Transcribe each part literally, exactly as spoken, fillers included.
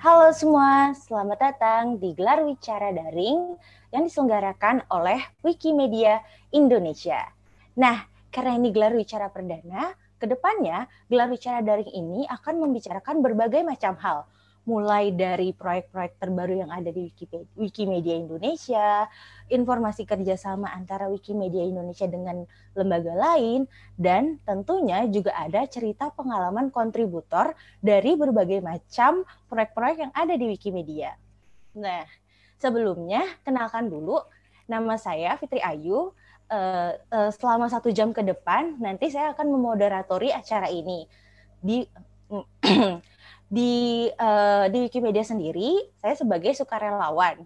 Halo semua, selamat datang di Gelar Wicara Daring yang diselenggarakan oleh Wikimedia Indonesia. Nah, karena ini gelar wicara perdana, kedepannya gelar wicara daring ini akan membicarakan berbagai macam hal, mulai dari proyek-proyek terbaru yang ada di Wikipedia, Wikimedia Indonesia, informasi kerjasama antara Wikimedia Indonesia dengan lembaga lain, dan tentunya juga ada cerita pengalaman kontributor dari berbagai macam proyek-proyek yang ada di Wikimedia. Nah, sebelumnya kenalkan dulu, nama saya Fitri Ayu. Uh, uh, selama satu jam ke depan, nanti saya akan memoderatori acara ini. Di di uh, di Wikimedia sendiri, saya sebagai sukarelawan.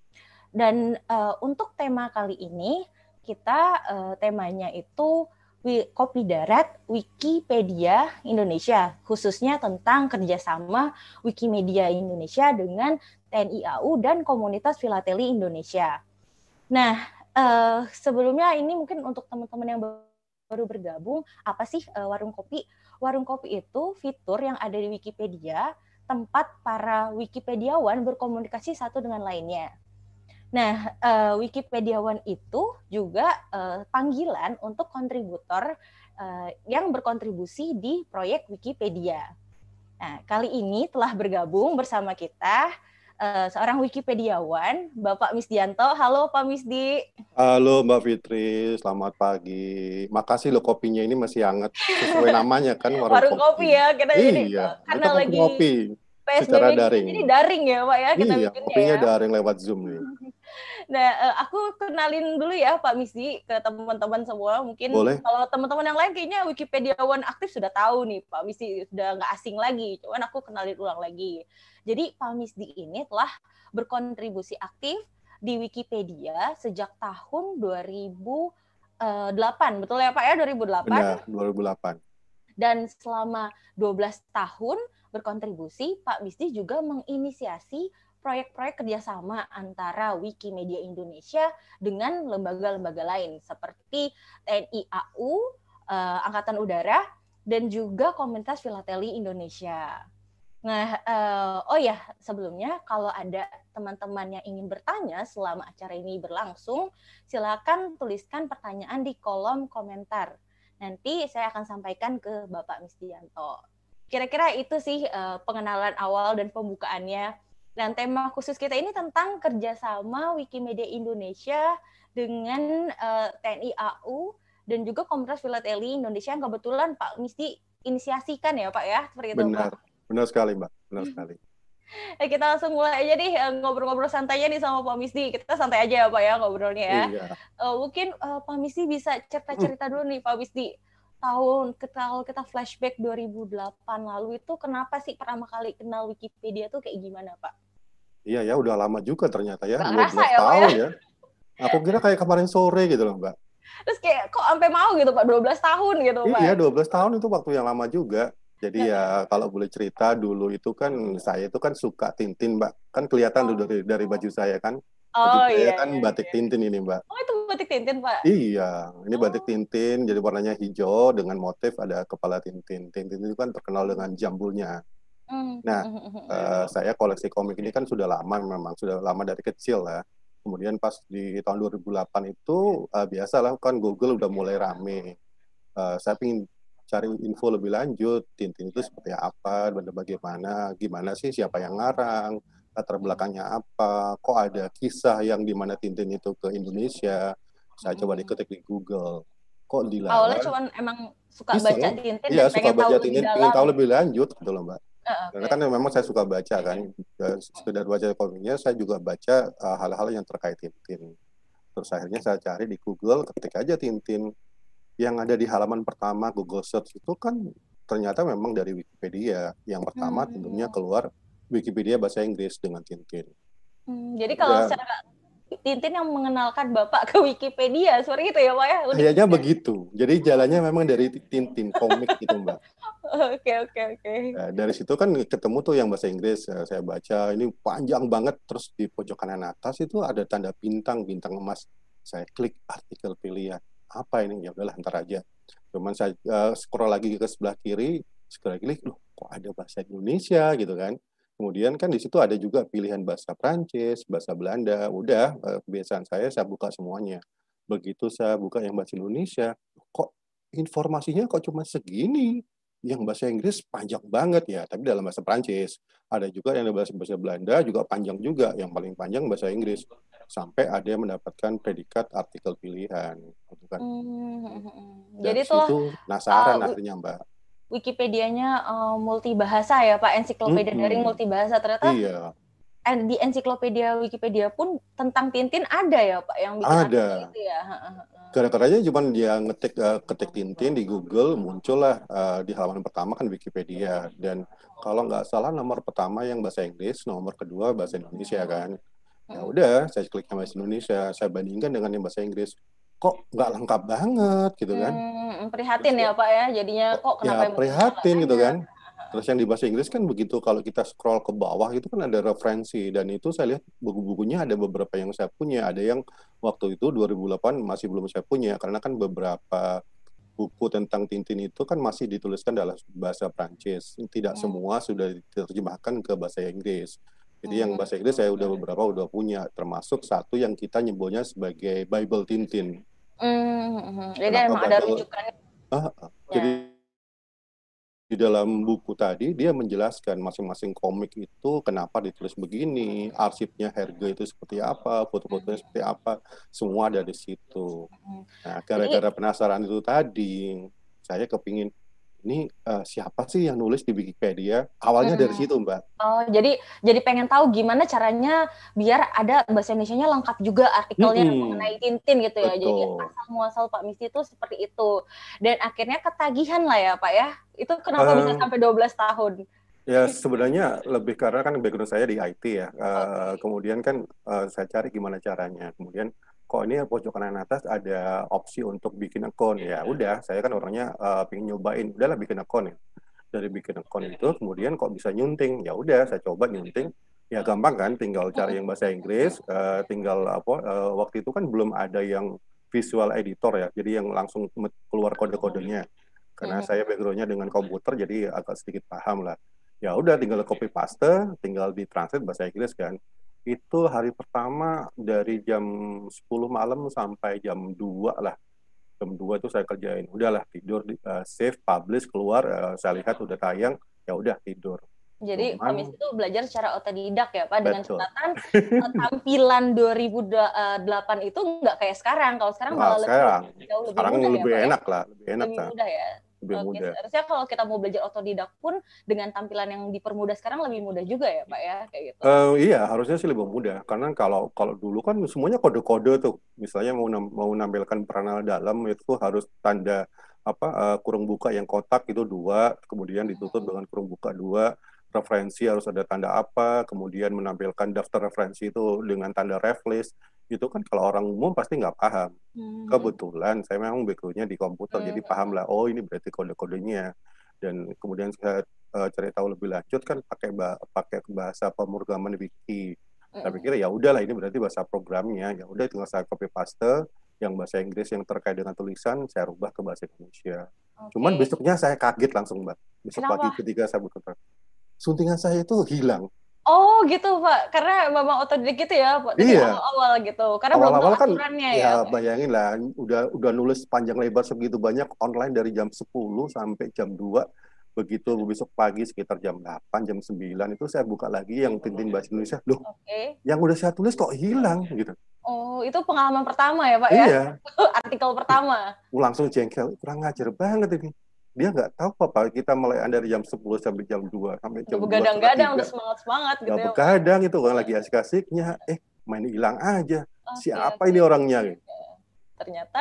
Dan uh, untuk tema kali ini, kita uh, temanya itu Kopi Darat Wikipedia Indonesia, khususnya tentang kerjasama Wikimedia Indonesia dengan T N I A U dan komunitas filateli Indonesia. Nah, uh, sebelumnya ini mungkin untuk teman-teman yang baru bergabung, apa sih uh, warung kopi? Warung kopi itu fitur yang ada di Wikipedia, tempat para Wikipediawan berkomunikasi satu dengan lainnya. Nah, uh, Wikipediawan itu juga uh, panggilan untuk kontributor uh, yang berkontribusi di proyek Wikipedia. Nah, kali ini telah bergabung bersama kita uh, seorang Wikipediawan, Bapak Misdianto. Halo Pak Misdi. Halo Mbak Fitri, selamat pagi. Makasih loh kopinya ini masih hangat sesuai namanya kan warung, warung kopi. kopi ya. Kita iya, jadi, karena kita lagi ngopi P S B B secara daring. Jadi daring ya Pak ya kita iya, bikinnya kopinya ya. daring lewat Zoom nih. Nah, aku kenalin dulu ya Pak Misdi ke teman-teman semua. Mungkin Boleh. Kalau teman-teman yang lain kayaknya Wikipediawan aktif sudah tahu nih Pak Misdi, sudah nggak asing lagi. Cuman aku kenalin ulang lagi. Jadi Pak Misdi ini telah berkontribusi aktif di Wikipedia sejak tahun dua ribu delapan. Betul ya Pak ya, dua ribu delapan? Benar, dua ribu delapan. Dan selama dua belas tahun berkontribusi, Pak Misdi juga menginisiasi proyek-proyek kerjasama antara Wikimedia Indonesia dengan lembaga-lembaga lain seperti T N I A U, eh, Angkatan Udara, dan juga Komunitas Filateli Indonesia. Nah, eh, oh ya, sebelumnya kalau ada teman-teman yang ingin bertanya selama acara ini berlangsung, silakan tuliskan pertanyaan di kolom komentar. Nanti saya akan sampaikan ke Bapak Misdianto. Kira-kira itu sih eh, pengenalan awal dan pembukaannya. Dan tema khusus kita ini tentang kerjasama Wikimedia Indonesia dengan uh, T N I A U dan juga Komunitas Filateli Indonesia yang kebetulan Pak Misdi inisiasikan ya Pak ya, seperti itu Benar, Pak. benar sekali Mbak, benar sekali. Eh, kita langsung mulai aja nih ngobrol-ngobrol santainya nih sama Pak Misdi. Kita santai aja ya Pak ya ngobrolnya ya. Iya. Uh, mungkin uh, Pak Misdi bisa cerita-cerita dulu nih Pak Misdi. Tahun kalau kita flashback dua ribu delapan lalu itu kenapa sih pertama kali kenal Wikipedia tuh kayak gimana Pak? Iya ya, udah lama juga ternyata ya, Gak dua belas ya, tahun ya? ya. Aku kira kayak kemarin sore gitu loh Mbak. Terus kayak kok sampai mau gitu Pak, dua belas tahun gitu Pak? Iya, dua belas tahun itu waktu yang lama juga. Jadi ya kalau boleh cerita dulu itu kan saya itu kan suka Tintin Mbak. Kan kelihatan tuh dari dari baju saya kan. Baju Oh, saya iya, kan iya, batik iya. Tintin ini Mbak. Oh itu batik Tintin Pak? Iya, ini oh. batik Tintin jadi warnanya hijau dengan motif ada kepala Tintin. Tintin itu kan terkenal dengan jambulnya. Nah, uh, saya koleksi komik ini kan sudah lama memang, sudah lama dari kecil lah. Kemudian pas di tahun dua ribu delapan itu uh, biasalah kan Google udah mulai rame. Uh, saya ingin cari info lebih lanjut, Tintin itu seperti apa, bagaimana, gimana sih, siapa yang ngarang, latar belakangnya apa, kok ada kisah yang dimana Tintin itu ke Indonesia. Saya coba diketik di Google. Kok dilarang? Awalnya cuma emang suka Bisa, baca Tintin iya, dan suka pengen baca tahu Tintin, lebih pengen dalam. tahu lebih lanjut gitu loh Mbak. Uh, Karena kan memang saya suka baca kan, sekedar baca komiknya, saya juga baca uh, hal-hal yang terkait Tintin. Terus akhirnya saya cari di Google, ketik aja Tintin. Yang ada di halaman pertama Google Search itu kan ternyata memang dari Wikipedia. Yang pertama hmm. tentunya keluar Wikipedia bahasa Inggris dengan Tintin. Hmm, jadi kalau ya. secara Tintin yang mengenalkan Bapak ke Wikipedia, seperti itu ya Pak ya? Kayaknya begitu. Jadi jalannya memang dari Tintin, komik gitu Mbak. Oke, oke, oke. Nah, dari situ kan ketemu tuh yang bahasa Inggris, saya baca, ini panjang banget, terus di pojok kanan atas itu ada tanda bintang, bintang emas. Saya klik artikel pilihan. Apa ini? Ya udahlah, ntar aja. Cuman saya uh, scroll lagi ke sebelah kiri, sebelah kiri, loh kok ada bahasa Indonesia gitu kan. Kemudian kan di situ ada juga pilihan bahasa Prancis, bahasa Belanda, udah eee, kebiasaan saya, saya buka semuanya. Begitu saya buka yang bahasa Indonesia, kok informasinya kok cuma segini, yang bahasa Inggris panjang banget ya, tapi dalam bahasa Prancis. Ada juga yang bahasa bahasa Belanda juga panjang juga, yang paling panjang bahasa Inggris. Sampai ada yang mendapatkan predikat artikel pilihan, gitu kan. Mmm, mhm mhm. Jadi Dari itulah, situ eee, penasaran wi akhirnya, Mbak. Wikipedianya, eee, multibahasa ya, Pak, ensiklopedia daring Mhm, multibahasa. Ternyata iya. en di ensiklopedia Wikipedia pun tentang Tintin ada ya, Pak, yang bikin artikel Ada. itu ya? Heeh heeh. Gara-garanya cuman dia ngetik, eee, ketik Tintin di Google, muncullah, eee, di halaman pertama kan Wikipedia. Dan kalau nggak salah nomor pertama yang bahasa Inggris, nomor kedua bahasa Indonesia kan. Ya Mhm. udah, saya klik yang bahasa Indonesia, saya bandingkan dengan yang bahasa Inggris, kok nggak lengkap banget gitu kan. Mmm, Terus prihatin ya ya, Pak, ya, jadinya kok kok kenapa ya yang bahasa Indonesia nggak prihatin gitu banyak? kan. Heeh Terus heeh. yang di bahasa Inggris kan begitu kalau kita scroll ke bawah itu kan ada referensi dan itu saya lihat buku-bukunya ada beberapa yang saya punya, ada yang waktu itu dua ribu delapan masih belum saya punya karena kan beberapa buku tentang Tintin itu kan masih dituliskan dalam bahasa Prancis, tidak Mhm. semua sudah diterjemahkan ke bahasa Inggris. Jadi yang Mmm. bahasa Inggris saya udah beberapa udah punya, termasuk satu yang kita nyebutnya sebagai Bible Tintin. Mmm, mhm mhm. Jadi Kenapa emang ada Bible rujukannya heeh, jadi ya? di dalam buku tadi dia menjelaskan masing-masing komik itu kenapa ditulis begini, arsipnya Herge itu seperti apa, foto-fotonya Mhm seperti apa, semua ada di situ. mhm. Nah, Jadi gara-gara penasaran itu tadi, saya kepingin, ini, eee, siapa sih yang nulis di Wikipedia? Awalnya dari mhm. situ, Mbak. Oh, jadi jadi pengen tahu gimana caranya biar ada bahasa Indonesianya lengkap juga artikelnya Mhm, mengenai Tintin gitu ya. Jadi betul. asal muasal Pak Misty itu seperti itu. Dan akhirnya ketagihan lah ya, Pak, ya. Itu kenapa bisa Eee, sampai dua belas tahun? ya sebenarnya lebih karena kan background saya di I T ya, eee, Oke. kemudian kan, eee, saya cari gimana caranya, kemudian kok ini pojok kanan atas ada opsi untuk bikin akun, ya udah saya kan orangnya, eee, pengen nyobain, udahlah bikin akun ya. Dari bikin akun itu kemudian kok bisa nyunting, ya udah saya coba nyunting, ya gampang kan tinggal cari Mhm yang bahasa Inggris, eee, tinggal apa, eee, waktu itu kan belum ada yang visual editor ya, jadi yang langsung keluar kode-kodenya. Karena mhm. saya background-nya dengan komputer jadi agak sedikit paham lah. Ya udah tinggal copy paste, tinggal ditranslate bahasa Inggris kan. Itu hari pertama dari jam sepuluh malam sampai jam dua lah. Jam dua tuh saya kerjain. Udahlah tidur di eee, save, publish, keluar, eee, saya lihat udah tayang, ya udah tidur. Jadi Pak Misty Cuman itu belajar secara otodidak ya, Pak, dengan betul. catatan, eee, tampilan dua ribu da eee, delapan itu nggak kayak sekarang. Kalau sekarang Wah, malah lebih sekarang jauh lebih sekarang mudah ya, lebih Pak, ya? enak lah, lebih enak Lebih Kak, mudah ya? lebih Oke, mudah. seharusnya kalau kita mau belajar otodidak pun dengan tampilan yang dipermudah sekarang lebih mudah juga ya, Pak, ya? Kayak gitu. Eee, iya harusnya sih lebih mudah, karena kalau kalau dulu kan semuanya kode-kode tuh. Misalnya mau nam mau nampilkan peranal dalam itu harus tanda apa, eee, kurung buka yang kotak itu dua, kemudian ditutup dengan kurung buka dua, referensi harus ada tanda apa, kemudian menampilkan daftar referensi itu dengan tanda ref list, itu kan kalau orang umum pasti nggak paham. Mmm, mhm. Kebetulan saya memang background-nya di komputer, Mmm, jadi mhm. paham lah, oh ini berarti kode-kodenya. Dan kemudian saya eee, cari tahu lebih lanjut kan pakai ba pakai bahasa pemrograman wiki. Saya Mhm. pikir ya udahlah ini berarti bahasa programnya, ya udah tinggal saya copy paste, yang bahasa Inggris yang terkait dengan tulisan saya rubah ke bahasa Indonesia. Cuman Oke. besoknya saya kaget langsung, Mbak. Besok pagi Kenapa? ketika saya buka suntingan saya itu hilang. Oh gitu, Pak, karena memang otodidak gitu ya, Pak, Titik Iya, awal-awal gitu, karena belum tahu awal-awal kan aturannya ya, ya Pak? bayangin lah udah udah nulis panjang lebar segitu banyak online dari jam sepuluh sampai jam dua. Begitu besok pagi sekitar jam delapan, jam sembilan itu saya buka lagi yang Tintin Bahasa Indonesia, loh Oke. yang udah saya tulis kok hilang gitu. Oh, itu pengalaman pertama ya, Pak, ya? Iya, Artikel pertama? langsung jengkel, kurang ajar banget ini. Dia nggak tahu apa kita melayan dari jam sepuluh sampai jam dua, sampai Udah jam dua setengah begadang-gadang, tiga. udah semangat-semangat gitu Nggak ya, Pak, ya? begadang itu kan lagi asik-asiknya, eh main hilang aja. Oke Siapa oke ini oke orangnya? oke. Ternyata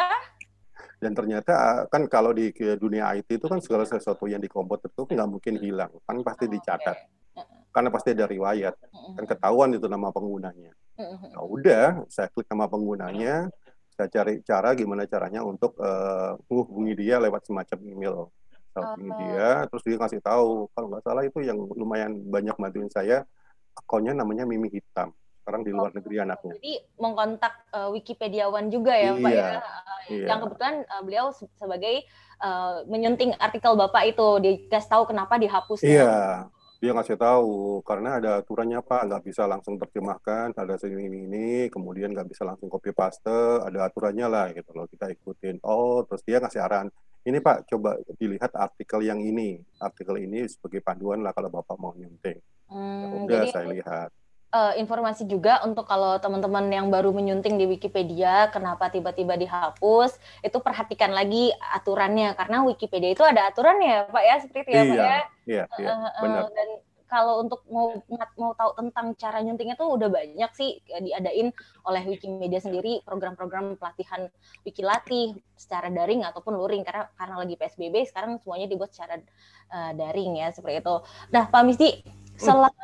Dan ternyata uh, kan kalau di dunia I T itu kan segala sesuatu yang di komputer itu nggak mungkin hilang, kan pasti oke. dicatat, Heeh. karena pasti ada riwayat, Mhm kan mhm. ketahuan itu nama penggunanya. Mhm Ya mhm. udah, saya klik nama penggunanya, saya cari cara gimana caranya untuk uh, menghubungi dia lewat semacam email. Saya hubungi Oh, dia, terus dia kasih tahu, kalau nggak salah itu yang lumayan banyak bantuin saya, akunnya namanya Mimi Hitam. Sekarang di oh, luar negeri anaknya. jadi mengontak, eee, Wikipediawan juga ya, Pak, Iya, ya? Heeh, iya, yang kebetulan, eee, beliau se sebagai, eee, menyunting artikel Bapak itu, dikasih tahu kenapa dihapusnya. iya. Dia ngasih tahu, karena ada aturannya Pak, nggak bisa langsung terjemahkan, ada segini ini, ini, kemudian nggak bisa langsung copy paste, ada aturannya lah gitu loh, kita ikutin. Oh, terus dia ngasih arahan, ini Pak, coba dilihat artikel yang ini, artikel ini sebagai panduan lah kalau Bapak mau nyunting. Ya Hmm, udah, jadi saya lihat. uh, informasi juga untuk kalau teman-teman yang baru menyunting di Wikipedia, kenapa tiba-tiba dihapus, itu perhatikan lagi aturannya, karena Wikipedia itu ada aturannya, Pak ya, seperti itu ya, Pak Iya, ya. iya, iya, Uh, uh, benar. dan kalau untuk mau mau tahu tentang cara nyuntingnya tuh udah banyak sih diadain oleh Wikimedia sendiri, program-program pelatihan Wikilatih secara daring ataupun luring, karena karena lagi P S B B sekarang semuanya dibuat secara uh, daring ya, seperti itu. Nah, Pak Misdi, selain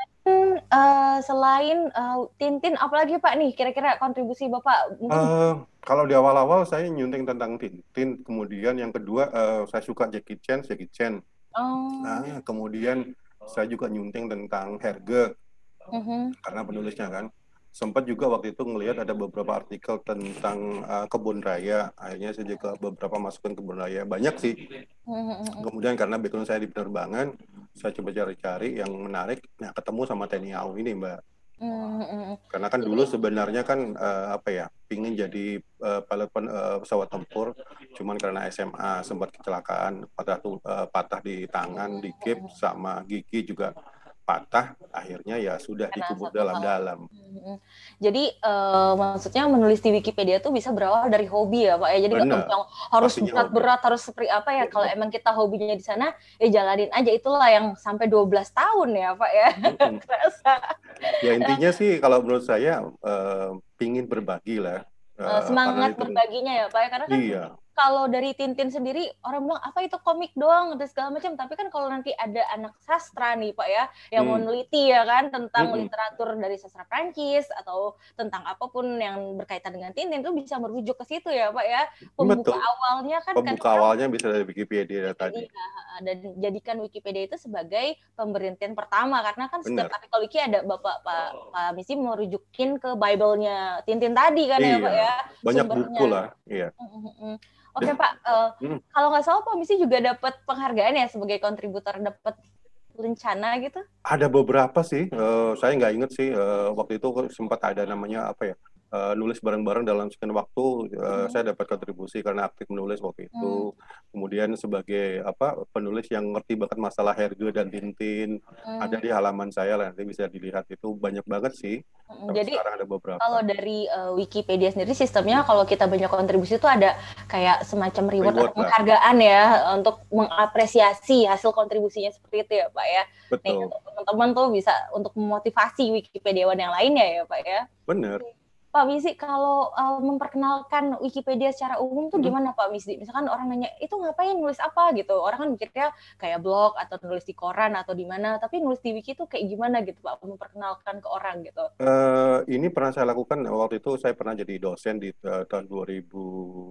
uh, selain uh, Tintin, apalagi Pak nih kira-kira kontribusi Bapak? Mungkin Uh, kalau di awal-awal saya nyunting tentang Tintin, kemudian yang kedua uh, saya suka Jackie Chan, Jackie Chan. oh. Nah, kemudian saya juga nyunting tentang Herge, uh-huh. karena penulisnya kan. Sempat juga waktu itu ngelihat ada beberapa artikel tentang uh, kebun raya, akhirnya saya juga beberapa masukin kebun raya, banyak sih. uh-huh. Kemudian karena background saya di penerbangan, saya coba cari-cari yang menarik, nah ketemu sama T N I A U ini Mbak. uh-huh. Karena kan dulu sebenarnya kan uh, apa ya, pingin jadi uh, pilot pen, uh, pesawat tempur, cuman karena S M A sempat kecelakaan, patah uh, patah di tangan, di gips, sama gigi juga patah, akhirnya ya sudah dikubur dalam-dalam. Hmm. Jadi uh, maksudnya menulis di Wikipedia tuh bisa berawal dari hobi ya Pak ya. Jadi nggak yang harus berat-berat, harus seperti apa ya. Kalau emang kita hobinya di sana, ya jalanin aja. Itulah yang sampai dua belas tahun ya Pak ya. Kerasa. Ya intinya sih kalau menurut saya uh, pingin berbagi lah. Uh, semangat berbaginya ya Pak ya. Karena kan iya. kalau dari Tintin sendiri, orang bilang, apa itu komik doang, dan segala macam. Tapi kan kalau nanti ada anak sastra nih, Pak ya, yang hmm. mau neliti ya kan, tentang hmm. literatur dari sastra Prancis, atau tentang apapun yang berkaitan dengan Tintin, itu bisa merujuk ke situ ya, Pak ya. Pembuka Betul. awalnya kan. Pembuka kan, awalnya bisa dari Wikipedia, Wikipedia tadi. Dan jadikan Wikipedia itu sebagai pemberhentian pertama, karena kan setiap Benar. artikel Wiki ada Bapak Pak, Pak Misi merujukin ke Bible-nya Tintin tadi kan iya. ya, Pak ya. Banyak sumbernya. Buku lah, iya. Mm-hmm. Oke okay, Pak, uh, hmm. kalau nggak salah Pak Misi juga dapat penghargaan ya sebagai kontributor, dapat rencana gitu? Ada beberapa sih, uh, saya nggak inget sih, uh, waktu itu sempat ada namanya apa ya, uh, nulis bareng-bareng dalam sekian waktu, uh, hmm. saya dapat kontribusi karena aktif menulis waktu itu. Hmm. Kemudian sebagai apa penulis yang ngerti banget masalah Herge dan Tintin, hmm. ada di halaman saya lah, nanti bisa dilihat, itu banyak banget sih. Hmm. Jadi sekarang ada beberapa. Kalau dari uh, Wikipedia sendiri sistemnya, kalau kita banyak kontribusi itu ada kayak semacam reward, reward atau penghargaan ya untuk mengapresiasi hasil kontribusinya seperti itu ya Pak ya. Betul. Nih, teman-teman tuh bisa untuk memotivasi Wikipediawan yang lainnya ya Pak ya. Benar. Pak Misdi, kalau uh, memperkenalkan Wikipedia secara umum tuh gimana Pak Misdi? Misalkan orang nanya, itu ngapain, nulis apa gitu? Orang kan mikirnya kayak blog atau nulis di koran atau di mana, tapi nulis di wiki tuh kayak gimana gitu Pak, memperkenalkan ke orang gitu? Uh, ini pernah saya lakukan, waktu itu saya pernah jadi dosen di uh, tahun dua ribu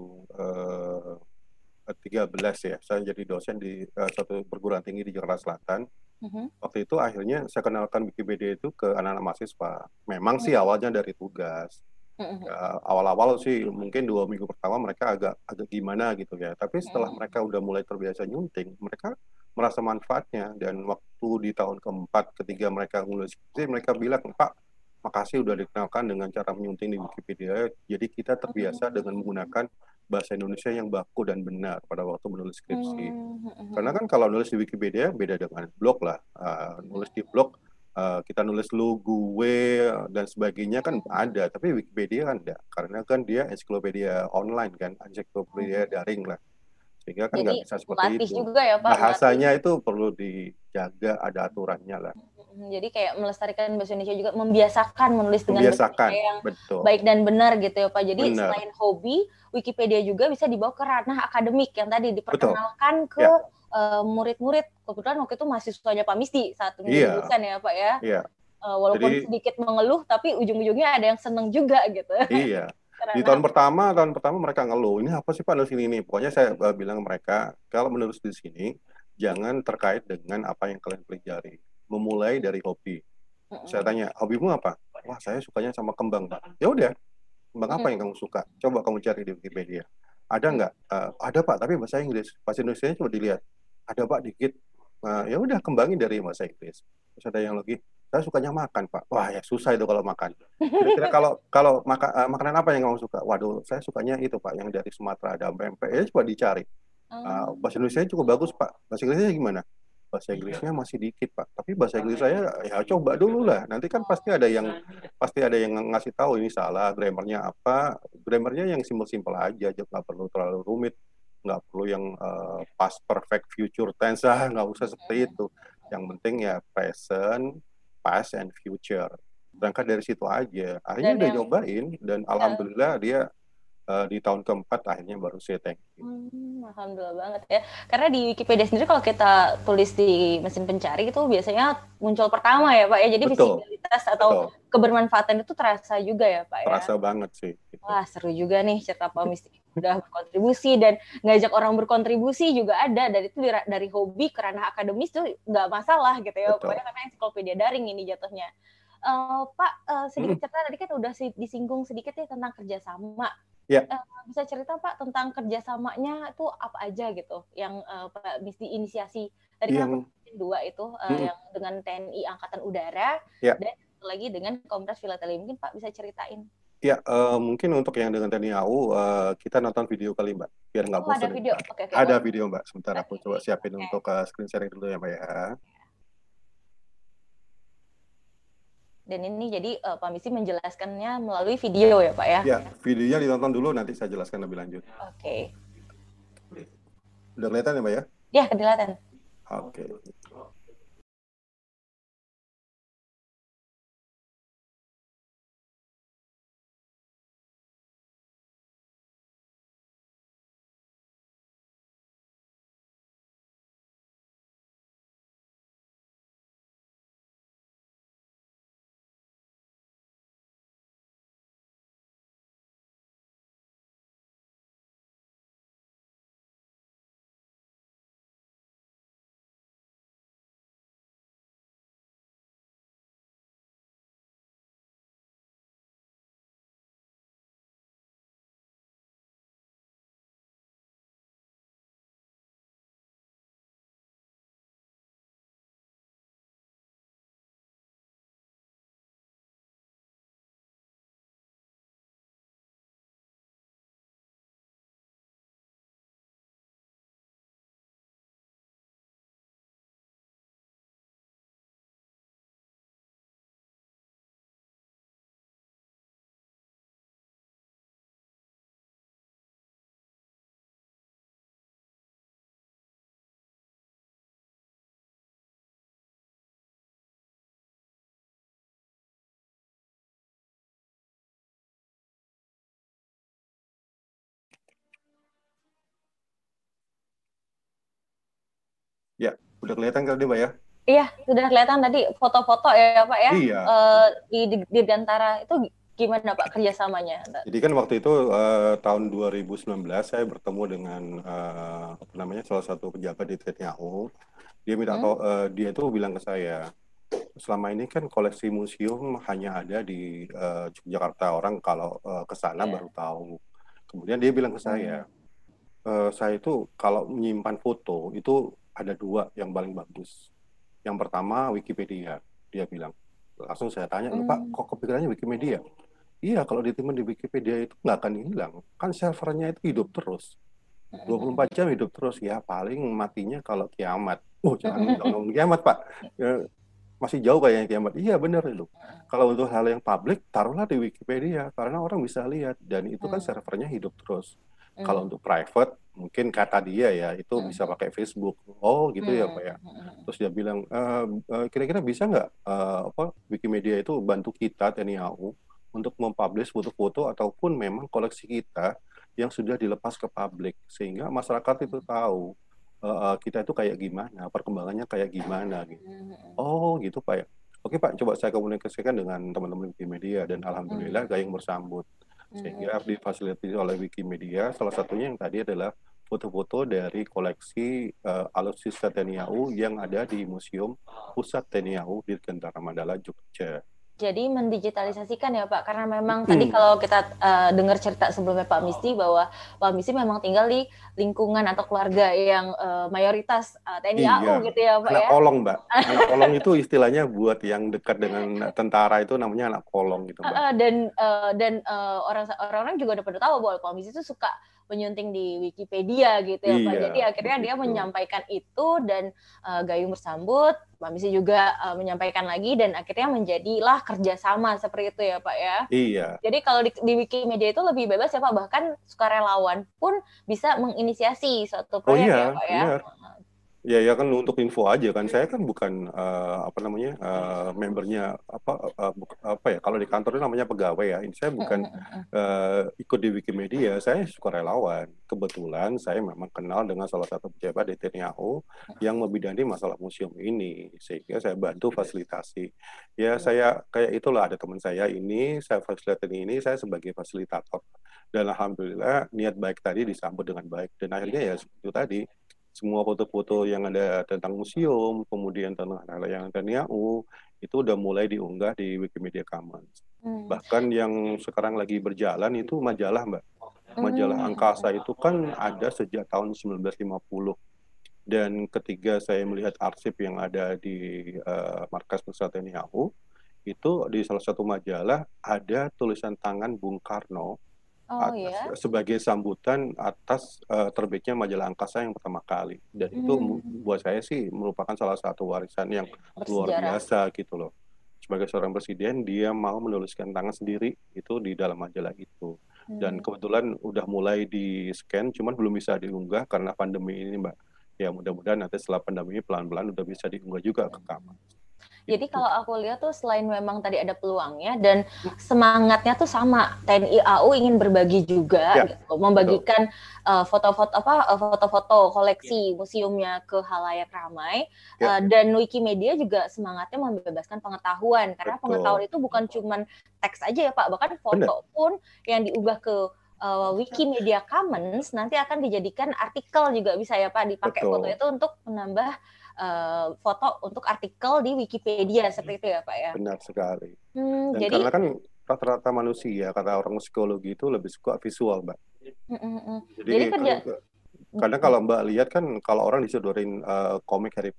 tiga belas ya. Saya jadi dosen di uh, satu perguruan tinggi di Jakarta Selatan. Uh-huh. Waktu itu akhirnya saya kenalkan Wikipedia itu ke anak-anak mahasiswa. Memang uh-huh. sih awalnya dari tugas. Uh-huh. Uh, awal-awal sih mungkin dua minggu pertama mereka agak agak gimana gitu ya. Tapi setelah uh-huh. mereka udah mulai terbiasa nyunting, mereka merasa manfaatnya. Dan waktu di tahun keempat, ketiga mereka mulai skripsi, mereka bilang, Pak, makasih udah dikenalkan dengan cara menyunting di Wikipedia. Jadi kita terbiasa uh-huh. dengan menggunakan bahasa Indonesia yang baku dan benar pada waktu menulis skripsi. Hmm. Karena kan kalau nulis di Wikipedia beda dengan blog lah. Uh, nulis di blog uh, kita nulis lu, gue dan sebagainya kan ada, tapi Wikipedia kan enggak. Karena kan dia ensiklopedia online kan, ensiklopedia daring lah. Sehingga kan nggak bisa seperti itu. Juga ya, Pak, bahasanya berarti itu perlu dijaga, ada aturannya lah. Jadi kayak melestarikan bahasa Indonesia juga, membiasakan menulis dengan bahasa yang betul. baik dan benar gitu ya Pak. Jadi benar. Selain hobi, Wikipedia juga bisa dibawa ke ranah akademik yang tadi diperkenalkan betul. ke ya. uh, murid-murid. Kebetulan waktu itu mahasiswanya Pak Misdi saat menjadi yeah. dosen ya Pak ya. Yeah. Uh, walaupun Jadi, sedikit mengeluh, tapi ujung-ujungnya ada yang seneng juga gitu. Iya. Di tahun pertama, tahun pertama mereka ngeluh, ini apa sih Pak nulis ini? Pokoknya saya uh, bilang mereka, kalau menulis di sini, jangan terkait dengan apa yang kalian pelajari. Memulai dari hobi. Uh-uh. Saya tanya, hobimu apa? Wah, saya sukanya sama kembang, Pak. Ya udah, kembang apa uh-uh. yang kamu suka? Coba kamu cari di Wikipedia. Ada nggak? Uh, ada Pak, tapi bahasa Inggris. Bahasa Indonesia coba dilihat. Ada Pak dikit. Uh, ya udah, kembangin dari bahasa Inggris. Terus ada yang lagi, saya sukanya makan, Pak. Wah, ya susah itu kalau makan. Kira-kira kalau kalau maka, uh, makanan apa yang kamu suka? Waduh, saya sukanya itu, Pak, yang dari Sumatera, ada pempek. Ya, coba dicari. Uh, bahasa Indonesia cukup bagus, Pak. Bahasa Inggrisnya gimana? Bahasa Inggrisnya masih dikit, Pak. Tapi bahasa Inggris saya ya coba dulu lah. Nanti kan pasti ada yang pasti ada yang ngasih tahu ini salah, grammarnya apa. Grammarnya yang simpel-simpel aja, nggak perlu terlalu rumit, nggak perlu yang uh, past perfect future tense, ah, nggak usah seperti itu. Yang penting ya present, past, and future. Berangkat dari situ aja. Akhirnya Dan udah yang nyobain dan alhamdulillah dia uh, di tahun keempat akhirnya baru say thank you. Hmm, alhamdulillah banget ya. Karena di Wikipedia sendiri kalau kita tulis di mesin pencari itu biasanya muncul pertama ya Pak ya. Jadi Betul, visibilitas atau betul. kebermanfaatan itu terasa juga ya Pak ya. Terasa banget sih. Gitu. Wah seru juga nih cerita Pak Misty udah berkontribusi dan ngajak orang berkontribusi juga ada. Dan itu dari, dari hobi ke ranah akademis tuh nggak masalah gitu ya. Betul. Pokoknya karena ensiklopedia daring ini jatuhnya. Uh, Pak, uh, sedikit cerita tadi kan udah disinggung sedikit ya tentang kerjasama. Ya. Uh, bisa cerita Pak tentang kerjasamanya itu apa aja gitu yang uh, Pak Misty inisiasi. Tadi kan yang... aku dua itu uh, hmm. yang dengan T N I Angkatan Udara ya. dan satu lagi dengan Komunitas Filateli. Mungkin Pak bisa ceritain. Ya, uh, mungkin untuk yang dengan T N I A U, uh, kita nonton video kali Mbak, biar nggak oh, bosan. Ada video, okay, okay, ada boleh. video Mbak. Sebentar okay. Aku coba siapin okay. untuk uh, screen sharing dulu ya Mbak ya. Dan ini jadi uh, Pak Misty menjelaskannya melalui video ya Pak ya? Ya, videonya ditonton dulu, nanti saya jelaskan lebih lanjut. Oke. Okay. Udah kelihatan ya Mbak ya? Ya, kelihatan. Oke. Okay. Ya, udah kelihatan kali Mbak ya? Iya, sudah kelihatan tadi foto-foto ya Pak ya? Iya. Uh, di Dirgantara itu gimana Pak kerjasamanya? Jadi kan waktu itu uh, tahun dua ribu sembilan belas saya bertemu dengan uh, apa namanya salah satu pejabat di T N I A U. Dia minta hmm? uh, dia itu bilang ke saya, selama ini kan koleksi museum hanya ada di uh, Jakarta, orang kalau uh, ke sana yeah. baru tahu. Kemudian dia bilang ke saya, hmm. e, saya itu kalau menyimpan foto itu ada dua yang paling bagus. Yang pertama Wikipedia, dia bilang. Langsung saya tanya, hmm. Pak, kok kepikirannya Wikimedia? Iya, kalau ditimpan di Wikipedia itu nggak akan hilang. Kan servernya itu hidup terus. dua puluh empat jam hidup terus. Ya, paling matinya kalau kiamat. Oh, jangan ngomong kiamat, Pak. Ya, masih jauh kayaknya kiamat. Iya, benar itu. Kalau untuk hal yang publik, taruhlah di Wikipedia. Karena orang bisa lihat. Dan itu kan servernya hidup terus. Hmm. Kalau untuk private, mungkin kata dia ya, itu hmm. bisa pakai Facebook. Oh, gitu hmm. ya, Pak ya. Terus dia bilang, e, e, kira-kira bisa nggak uh, apa Wikimedia itu bantu kita, T N I A U, untuk mempublish foto-foto ataupun memang koleksi kita yang sudah dilepas ke publik. Sehingga masyarakat itu tahu uh, kita itu kayak gimana, perkembangannya kayak gimana. Gitu. Oh, gitu Pak ya. Oke Pak, coba saya komunikasikan dengan teman-teman Wikimedia dan alhamdulillah hmm. gayung bersambut. Sehingga difasilitasi oleh Wikimedia, salah satunya yang tadi adalah foto-foto dari koleksi uh, alutsista T N I A U yang ada di Museum Pusat T N I A U di Dirgantara Mandala, Jogja. Jadi mendigitalisasikan ya Pak, karena memang Hmm. tadi kalau kita uh, dengar cerita sebelumnya Pak Misty bahwa Pak Misty memang tinggal di lingkungan atau keluarga yang uh, mayoritas uh, T N I A U Iya, gitu ya Pak anak ya. kolong Mbak. Anak kolong itu istilahnya buat yang dekat dengan tentara itu namanya anak kolong gitu Mbak. Uh, uh, dan uh, dan uh, orang orang juga udah pada tahu bahwa Pak Misty itu suka menyunting di Wikipedia gitu ya Pak. Iya, Jadi akhirnya begitu. dia menyampaikan itu dan uh, Gayung bersambut, Pak Misty juga uh, menyampaikan lagi dan akhirnya menjadilah kerjasama seperti itu ya Pak ya. Iya. Jadi kalau di, di Wikimedia itu lebih bebas ya Pak, bahkan sukarelawan pun bisa menginisiasi suatu proyek Oh iya, ya Pak ya. benar. Ya ya kan untuk info aja kan saya kan bukan uh, apa namanya uh, membernya apa uh, apa ya kalau di kantor itu namanya pegawai ya ini saya bukan uh, ikut di Wikimedia, saya sukarelawan. Kebetulan saya memang kenal dengan salah satu pejabat di T N I A U yang membidani masalah museum ini sehingga saya bantu fasilitasi ya. Saya kayak itulah ada teman saya ini saya fasilitator ini saya sebagai fasilitator dan alhamdulillah niat baik tadi disambut dengan baik dan akhirnya ya itu tadi semua foto-foto yang ada tentang museum, kemudian tentang hal yang T N I A U, itu udah mulai diunggah di Wikimedia Commons. Hmm. Bahkan yang sekarang lagi berjalan itu majalah, Mbak. Majalah hmm. Angkasa itu kan ada sejak tahun sembilan belas lima puluh. Dan ketika saya melihat arsip yang ada di uh, markas besar T N I A U, itu di salah satu majalah ada tulisan tangan Bung Karno, Oh, atas, ya? sebagai sambutan atas uh, terbitnya majalah Angkasa yang pertama kali. Dan hmm. itu buat saya sih merupakan salah satu warisan yang Bersejarah. luar biasa gitu loh. Sebagai seorang presiden, dia mau menuliskan tangan sendiri itu di dalam majalah itu. Hmm. Dan kebetulan udah mulai di-scan, cuman belum bisa diunggah karena pandemi ini, Mbak. Ya mudah-mudahan nanti setelah pandemi pelan-pelan udah bisa diunggah juga ke kamar. Jadi kalau aku lihat tuh selain memang tadi ada peluangnya dan semangatnya tuh sama, T N I A U ingin berbagi juga, ya, gitu, membagikan uh, foto-foto apa foto-foto koleksi museumnya ke halayak ramai, ya. uh, dan Wikimedia juga semangatnya membebaskan pengetahuan karena betul. Pengetahuan itu bukan cuma teks aja ya Pak, bahkan foto Bener. pun yang diunggah ke uh, Wikimedia Commons nanti akan dijadikan artikel juga bisa ya Pak, dipakai betul. Foto itu untuk menambah Uh, foto untuk artikel di Wikipedia seperti itu ya Pak ya. Benar sekali. Hmm, Dan jadi karena kan rata-rata manusia kata orang psikologi itu lebih suka visual Mbak. Mm, mm, Jadi, jadi kerja... kan, karena kalau Mbak lihat kan kalau orang disodorin uh, komik Harry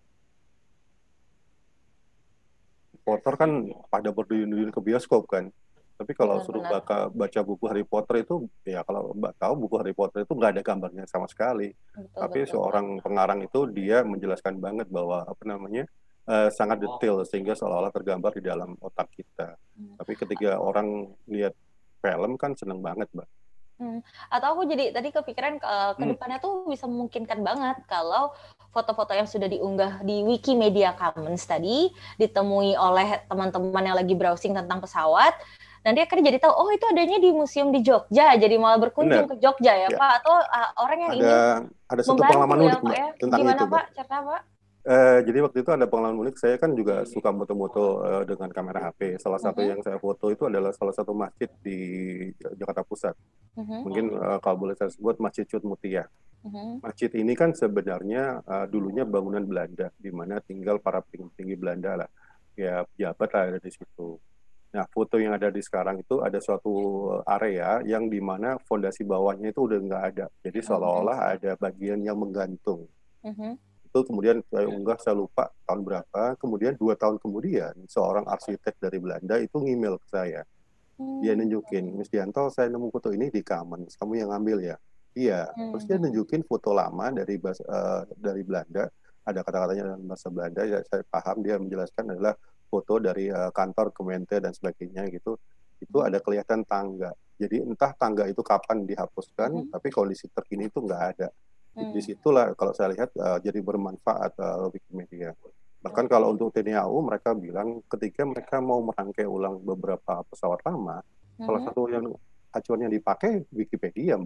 Potter kan pada berduyun-duyun ke bioskop kan. Tapi kalau benar, suruh benar. Baca, baca buku Harry Potter itu, ya kalau Mbak tahu buku Harry Potter itu nggak ada gambarnya sama sekali. Betul, Tapi betul, seorang betul. pengarang itu dia menjelaskan banget bahwa apa namanya uh, sangat detail sehingga seolah-olah tergambar di dalam otak kita. Hmm. Tapi ketika orang lihat film kan seneng banget, Mbak. Hmm. Atau aku jadi tadi kepikiran uh, ke depannya hmm. tuh bisa memungkinkan banget kalau foto-foto yang sudah diunggah di Wikimedia Commons tadi ditemui oleh teman-teman yang lagi browsing tentang pesawat. Nanti akan jadi tahu, oh itu adanya di museum di Jogja, jadi malah berkunjung Bener. ke Jogja ya, ya Pak, atau uh, orang yang ada, ingin ada satu pengalaman ya, unik Pak, Mbak, ya? tentang Gimana, itu Pak? Cerita Pak. Uh, jadi waktu itu ada pengalaman unik, saya kan juga suka foto-foto uh, dengan kamera H P. Salah satu uh-huh. yang saya foto itu adalah salah satu masjid di Jakarta Pusat. Uh-huh. Mungkin uh, kalau boleh saya sebut Masjid Cut Mutia. Uh-huh. Masjid ini kan sebenarnya uh, dulunya bangunan Belanda, di mana tinggal para tinggi-tinggi Belanda lah, ya pejabat lah ada di situ. Nah, foto yang ada di sekarang itu ada suatu area yang di mana fondasi bawahnya itu udah nggak ada. Jadi seolah-olah uh-huh. ada bagian yang menggantung. Uh-huh. Itu kemudian saya unggah, saya lupa tahun berapa. Kemudian dua tahun kemudian, seorang arsitek dari Belanda itu ngemail ke saya. Uh-huh. Dia nunjukin, Miss Dianto, saya nemu foto ini di Commons. Kamu yang ngambil ya? Iya. Uh-huh. Terus dia nunjukin foto lama dari bahasa, uh, dari Belanda. Ada kata-katanya dalam bahasa Belanda. Ya, saya paham dia menjelaskan adalah foto dari uh, kantor Kemente dan sebagainya gitu, itu ada kelihatan tangga. Jadi entah tangga itu kapan dihapuskan, mm-hmm. tapi kondisi terkini itu nggak ada. Mm. Disitulah kalau saya lihat uh, jadi bermanfaat uh, Wikimedia. Bahkan mm. kalau untuk T N I A U mereka bilang ketika mereka mau merangkai ulang beberapa pesawat lama, mm-hmm. salah satu yang acuan yang dipakai Wikipedia Mbak.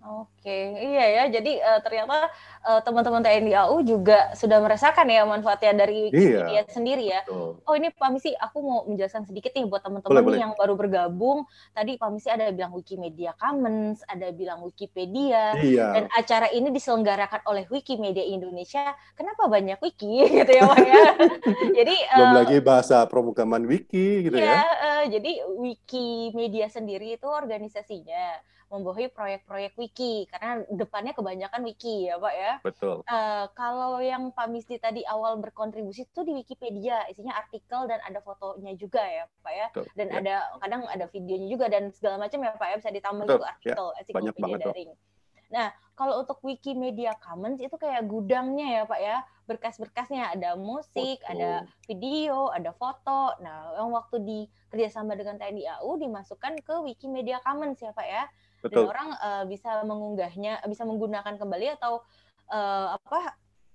Oke, iya ya. Jadi uh, ternyata uh, teman-teman T N I A U juga sudah merasakan ya manfaatnya dari Wikipedia Iya, sendiri ya. betul. Oh ini Pak Misi, aku mau menjelaskan sedikit nih buat Boleh, teman-teman nih boleh. yang baru bergabung. Tadi Pak Misi ada bilang Wikimedia Commons, ada bilang Wikipedia, dan Iya. acara ini diselenggarakan oleh Wikimedia Indonesia. Kenapa banyak wiki gitu ya Pak ya? Jadi Belum uh, lagi bahasa pemrograman wiki gitu Iya, ya. uh, jadi Wikimedia sendiri itu organisasinya membawahi proyek-proyek wiki karena depannya kebanyakan wiki ya Pak ya. Betul. Uh, kalau yang Pak Misdi tadi awal berkontribusi itu di Wikipedia, isinya artikel dan ada fotonya juga ya Pak ya. Betul, dan ya. ada kadang ada videonya juga dan segala macam ya Pak ya, bisa ditambah Betul, gitu ya. artikel Banyak ensiklopedia banget tuh. daring. Nah, kalau untuk Wikimedia Commons itu kayak gudangnya ya Pak ya, berkas-berkasnya, ada musik, Foto. ada video, ada foto. Nah, yang waktu di kerjasama dengan T N I A U dimasukkan ke Wikimedia Commons ya Pak ya, dan Betul. orang uh, bisa mengunggahnya, bisa menggunakan kembali atau uh, apa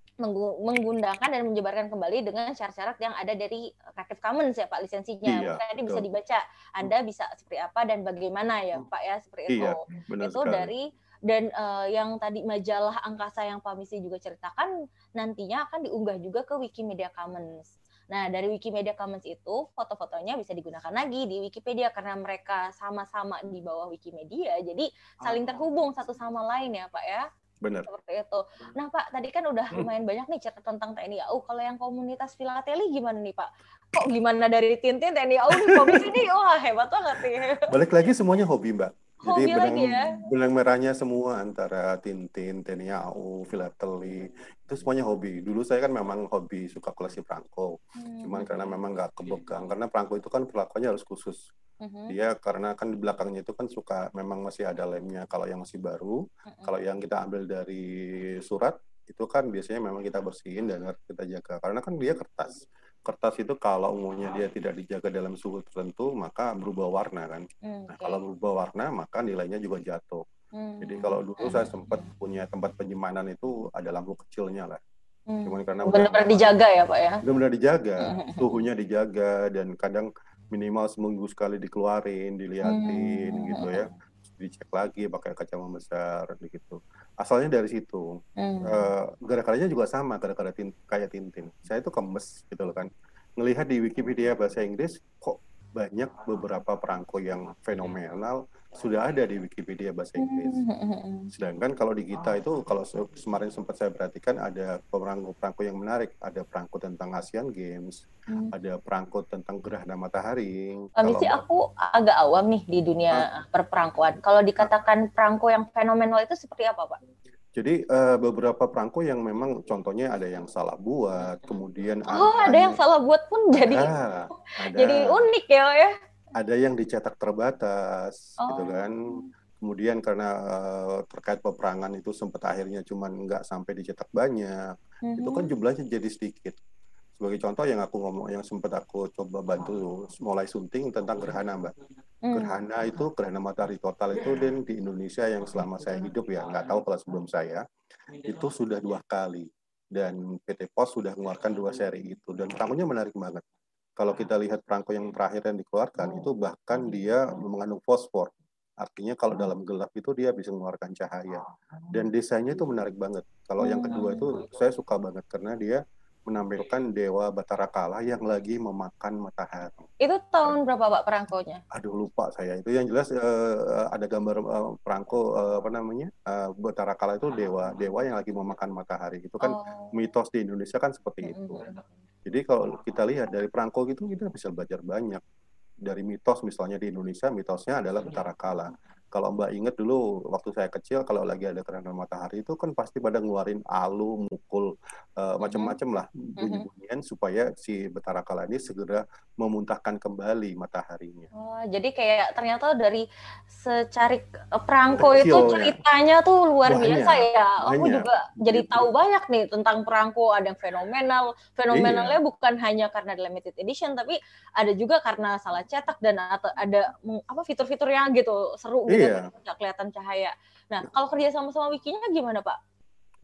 menggunakan dan menyebarkan kembali dengan syarat-syarat yang ada dari Creative Commons ya Pak lisensinya. Iya, Mungkin tadi betul. bisa dibaca Anda bisa seperti apa dan bagaimana ya Pak ya, seperti Iya, itu. benar Itu sekali. dari dan uh, yang tadi majalah angkasa yang Pak Misi juga ceritakan nantinya akan diunggah juga ke Wikimedia Commons. Nah, dari Wikimedia Commons itu foto-fotonya bisa digunakan lagi di Wikipedia karena mereka sama-sama di bawah Wikimedia, jadi saling terhubung satu sama lain ya Pak ya. Benar. Seperti itu. Nah Pak, tadi kan udah lumayan banyak nih cerita tentang T N I A U. Kalau yang komunitas filateli gimana nih Pak? Kok gimana dari Tintin, T N I A U nih, komisi nih, wah hebat banget nih. Balik lagi semuanya hobi Mbak. Jadi Hobi benang, lagi ya? benang merahnya semua antara Tintin, T N I A U, filateli, itu semuanya hobi. Dulu saya kan memang hobi suka koleksi perangko. Hmm. Cuman karena memang nggak kepegang, karena perangko itu kan perlakuannya harus khusus. Uh-huh. Dia karena kan di belakangnya itu kan suka memang masih ada lemnya kalau yang masih baru. Uh-huh. Kalau yang kita ambil dari surat itu kan biasanya memang kita bersihin dan harus kita jaga karena kan dia kertas. Kertas itu kalau umumnya dia tidak dijaga dalam suhu tertentu maka berubah warna kan. Okay. Nah kalau berubah warna maka nilainya juga jatuh. Hmm. Jadi kalau dulu saya sempat punya tempat penyimpanan itu ada lampu kecilnya lah. Hmm. Cuman karena benar-benar dijaga ya Pak ya? Benar-benar dijaga, suhunya dijaga dan kadang minimal seminggu sekali dikeluarin, diliatin hmm. gitu ya, dicek lagi pakai kaca membesar gitu. Asalnya dari situ. Hmm. Uh, gara-garanya juga sama, gara-gara tin, kayak Tintin. Saya itu kemes gitu loh kan. Ngelihat di Wikipedia bahasa Inggris kok banyak beberapa perangko yang fenomenal sudah ada di Wikipedia bahasa Inggris. Sedangkan kalau di kita itu, kalau kemarin sempat saya perhatikan ada perangko-perangko yang menarik. Ada perangko tentang Asian Games, hmm. ada perangko tentang gerhana matahari. Kalau sih aku agak awam nih di dunia ah. perperangkoan. Kalau dikatakan perangko yang fenomenal itu seperti apa, Pak? Jadi uh, beberapa perangko yang memang contohnya ada yang salah buat, kemudian oh ada, ada yang salah buat pun jadi ada, ada. jadi unik ya, ya. Ada yang dicetak terbatas, oh. gitu kan. Kemudian karena uh, terkait peperangan itu sempat akhirnya cuman nggak sampai dicetak banyak, mm-hmm. itu kan jumlahnya jadi sedikit. Sebagai contoh yang aku ngomong, yang sempat aku coba bantu mulai sunting tentang gerhana, Mbak. Mm. Gerhana itu, gerhana matahari total itu dan di Indonesia yang selama saya hidup ya, nggak tahu kalau sebelum saya, itu sudah dua kali. Dan P T Pos sudah mengeluarkan dua seri itu. Dan perangkonya menarik banget. Kalau kita lihat perangko yang terakhir yang dikeluarkan, itu bahkan dia mengandung fosfor. Artinya kalau dalam gelap itu dia bisa mengeluarkan cahaya. Dan desainnya itu menarik banget. Kalau yang kedua itu saya suka banget karena dia menampilkan Dewa Batara Kala yang lagi memakan matahari. Itu tahun berapa Pak perangkonya? Aduh lupa saya. Itu yang jelas uh, ada gambar uh, perangko uh, apa namanya uh, Batara Kala itu dewa dewa yang lagi memakan matahari. Itu kan oh. mitos di Indonesia kan seperti itu. Jadi kalau kita lihat dari perangko gitu kita bisa belajar banyak. Dari mitos misalnya di Indonesia mitosnya adalah Batara Kala. Kalau Mbak ingat dulu waktu saya kecil kalau lagi ada gerhana matahari itu kan pasti pada ngeluarin alu, mukul, uh, macam-macam lah bunyi-bunyian supaya si Batara Kala ini segera memuntahkan kembali mataharinya. Oh, jadi kayak ternyata dari secari perangko kecil, itu ceritanya ya. Tuh luar banyak, biasa ya. Aku banyak. juga jadi gitu. tahu banyak nih tentang perangko, ada yang fenomenal. Fenomenalnya iya. bukan hanya karena limited edition tapi ada juga karena salah cetak dan atau ada apa fitur-fiturnya gitu seru gitu. Iya. Nggak kelihatan cahaya. Nah, kalau kerja sama sama wikinya gimana Pak?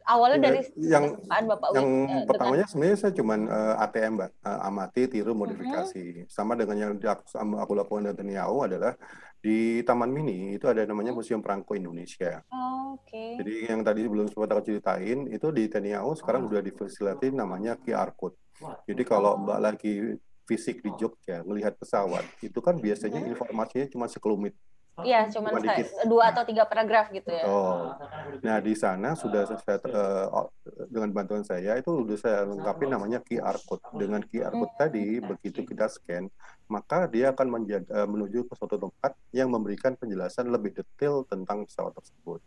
awalnya Ya, dari yang kesukaan Bapak yang uh, pertamanya dengan sebenarnya saya cuman uh, A T M, Mbak, uh, amati, tiru, modifikasi. uh-huh. Sama dengan yang di, aku, aku lakukan di Teniau adalah di Taman Mini itu ada namanya Museum Perangko Indonesia. Oh, oke. Okay. Jadi yang tadi belum sempat aku ceritain itu di Teniau sekarang udah difasilitasin namanya Q R code. Jadi kalau Mbak lagi fisik di Jogja melihat pesawat itu kan biasanya informasinya cuma sekelumit. Iya, cuma dikit. dua atau tiga paragraf gitu ya. Oh, nah di sana sudah saya uh, dengan bantuan saya itu sudah saya lengkapi namanya Q R code. Dengan Q R code tadi begitu kita scan, maka dia akan menjadi, uh, menuju ke suatu tempat yang memberikan penjelasan lebih detail tentang pesawat tersebut.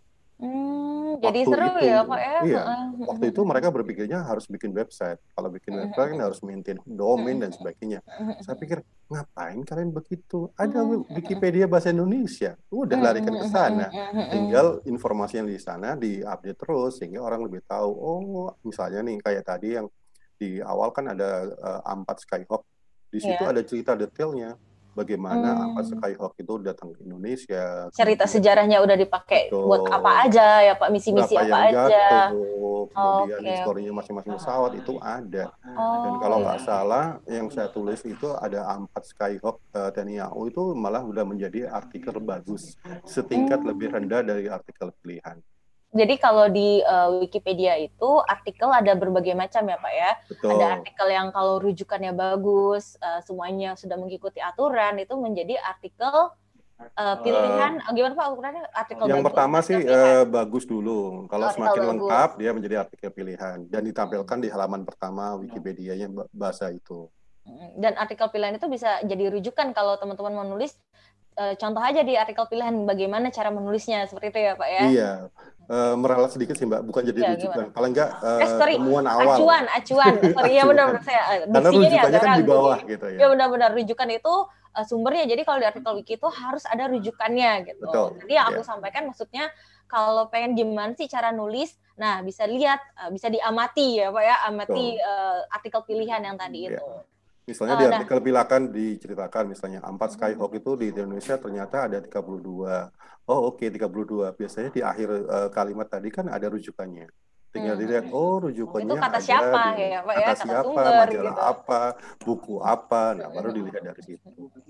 Hmm, jadi waktu seru itu, ya Pak ya. iya, waktu itu mereka berpikirnya harus bikin website. Kalau bikin website kan harus maintain domain dan sebagainya. Saya pikir ngapain kalian begitu? Ada Wikipedia bahasa Indonesia, udah larikan ke sana. Tinggal informasi yang di sana diupdate terus sehingga orang lebih tahu. Oh, misalnya nih kayak tadi yang di awal kan ada uh, Ampat Skyhawk. Di situ yeah. ada cerita detailnya. Bagaimana hmm. Ampat Skyhawk itu datang ke Indonesia. Cerita sejarahnya udah dipakai betul. Buat apa aja ya Pak, misi-misi apa aja. Jatuh, kemudian okay. historinya masing-masing pesawat itu ada. Oh. Dan kalau nggak salah, yang saya tulis itu ada Ampat Skyhawk uh, Tni A U itu malah udah menjadi artikel bagus, setingkat hmm. lebih rendah dari artikel pilihan. Jadi kalau di uh, Wikipedia itu artikel ada berbagai macam ya Pak ya. Betul. Ada artikel yang kalau rujukannya bagus, uh, semuanya sudah mengikuti aturan, itu menjadi artikel uh, pilihan. Uh, Gimana Pak ukurannya? Artikel yang bagus, pertama sih uh, bagus dulu. Kalau artikel semakin bagus. Lengkap dia menjadi artikel pilihan dan ditampilkan di halaman pertama Wikipedia-nya bahasa itu. Dan artikel pilihan itu bisa jadi rujukan kalau teman-teman mau nulis. Contoh aja di artikel pilihan bagaimana cara menulisnya, seperti itu ya Pak ya? Iya, uh, meralat sedikit sih Mbak, bukan jadi ya, rujukan. Paling enggak uh, eh, sorry, temuan awal. Acuan, acuan. Sorry ya benar-benar saya. Karena rujukannya kan di bawah gitu ya. Ya benar-benar rujukan itu uh, sumbernya. Jadi kalau di artikel wiki itu harus ada rujukannya gitu. Betul. Jadi yang aku ya. sampaikan maksudnya kalau pengen gimana sih cara nulis, nah bisa lihat, uh, bisa diamati ya Pak ya, amati uh, artikel pilihan yang tadi ya. itu. Misalnya di artikel nah. pilakan diceritakan misalnya Ampat Skyhawk itu di Indonesia ternyata ada tiga puluh dua. Oh oke okay, tiga puluh dua. Biasanya di akhir uh, kalimat tadi kan ada rujukannya. Tinggal hmm. dilihat oh rujukannya itu kata ada siapa di, ya Pak kata ya, kata siapa, sumber, majalah gitu. apa, buku apa. Nah, baru dilihat dari situ.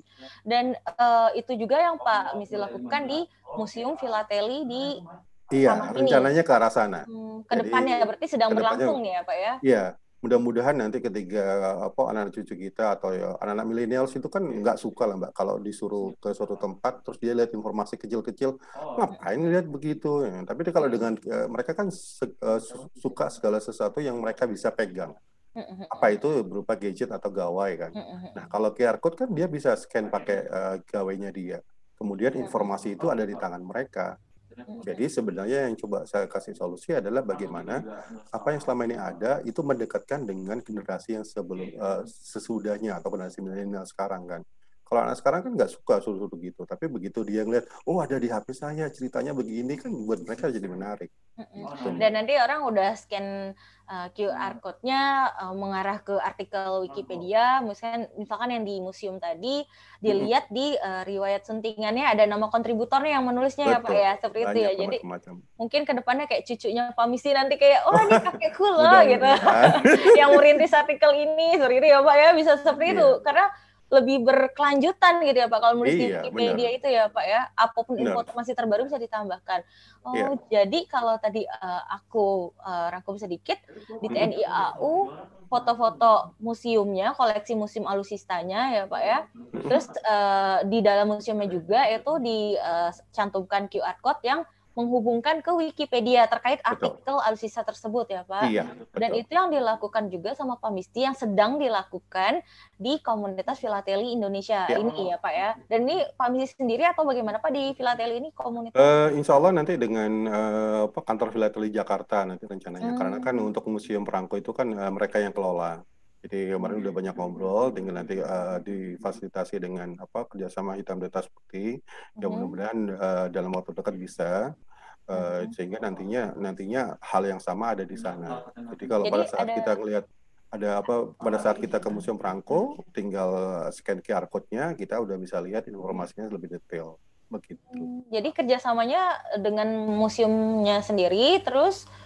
Dan uh, itu juga yang Pak Misi lakukan di Museum Filateli di Iya, rencananya ke arah sana. Hmm, ke depannya berarti sedang berlangsung nih ya Pak ya? Iya. Mudah-mudahan nanti ketiga apa anak cucu kita atau ya, anak-anak milenial itu kan nggak suka lah Mbak kalau disuruh ke suatu tempat terus dia lihat informasi kecil-kecil ngapain lihat begitu ya. Tapi kalau dengan uh, mereka kan se uh, suka segala sesuatu yang mereka bisa pegang, apa itu berupa gadget atau gawai kan. Nah kalau Q R code kan dia bisa scan pakai uh, gawainya dia, kemudian informasi itu ada di tangan mereka. Jadi sebenarnya yang coba saya kasih solusi adalah bagaimana apa yang selama ini ada itu mendekatkan dengan generasi yang sebelum uh, sesudahnya atau generasi milenial sekarang kan. Kalau anak sekarang kan nggak suka suruh-suruh gitu, tapi begitu dia ngeliat, oh ada di H P saya ceritanya begini kan buat mereka jadi menarik. Mm-hmm. Dan nanti orang udah scan uh, Q R code-nya uh, mengarah ke artikel Wikipedia, misalkan misalkan yang di museum tadi dilihat mm-hmm. di uh, riwayat suntingannya ada nama kontributornya yang menulisnya. Betul. Ya Pak ya, seperti banyak itu ya. Jadi macam-macam. Mungkin kedepannya kayak cucunya Pak Misi nanti kayak oh ini kakekku loh gitu, yang merintis artikel ini, seperti itu ya Pak ya, bisa seperti yeah. itu karena lebih berkelanjutan gitu ya Pak kalau nulis iya, di Wikipedia benar. Itu ya Pak ya, apapun benar. Informasi terbaru bisa ditambahkan. Oh iya. Jadi kalau tadi uh, aku uh, rangkum sedikit di T N I A U foto-foto museumnya, koleksi museum alusistanya ya Pak ya. Terus uh, di dalam museumnya juga itu dicantumkan uh, Q R code yang menghubungkan ke Wikipedia terkait artikel betul. Alutsista tersebut ya Pak. Iya, betul. Dan itu yang dilakukan juga sama Pak Misti yang sedang dilakukan di komunitas Filateli Indonesia ya. Ini ya Pak ya. Dan ini Pak Misti sendiri atau bagaimana Pak di Filateli ini komunitas? Uh, insya Allah nanti dengan uh, kantor Filateli Jakarta nanti rencananya. Hmm. Karena kan untuk Museum Perangko itu kan uh, mereka yang kelola. Jadi kemarin udah banyak ngobrol, tinggal nanti uh, difasilitasi dengan apa kerjasama hitam di atas putih, mm-hmm. yang mudah-mudahan uh, dalam waktu dekat bisa, uh, mm-hmm. sehingga nantinya nantinya hal yang sama ada di sana. Jadi kalau Jadi pada saat ada... kita ngelihat ada apa, pada saat kita ke Museum Perangko, tinggal scan Q R code-nya, kita udah bisa lihat informasinya lebih detail. Begitu. Jadi kerjasamanya dengan museumnya sendiri, terus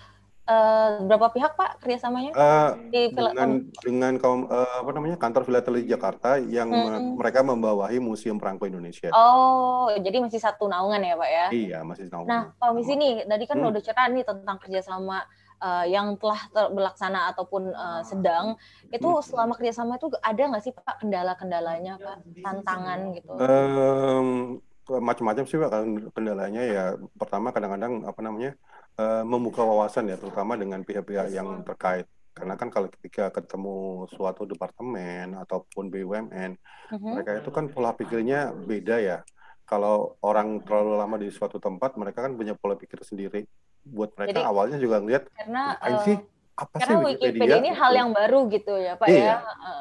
uh, berapa pihak Pak kerjasamanya uh, di dengan dengan kaum uh, apa namanya kantor filateli Jakarta yang hmm. mereka membawahi Museum Perangko Indonesia. Oh, jadi masih satu naungan ya Pak ya? Iya, masih naungan. Nah, Pak Misi nih, tadi kan hmm. udah cerita nih tentang kerjasama uh, yang telah berlaksana ataupun uh, sedang. Itu hmm. selama kerjasama itu ada nggak sih Pak kendala-kendalanya Pak, tantangan gitu? Um, macam-macam sih Pak kendalanya ya. Pertama kadang-kadang apa namanya uh, membuka wawasan ya, terutama dengan pihak-pihak yang terkait. Karena kan kalau ketika ketemu suatu departemen ataupun B U M N, uh-huh. mereka itu kan pola pikirnya beda ya. Kalau orang terlalu lama di suatu tempat, mereka kan punya pola pikir sendiri. Buat mereka Jadi, awalnya juga ngeliat, ngapain uh, sih? Apa karena sih Wikipedia, Wikipedia ini gitu. Hal yang baru gitu ya Pak iya. ya?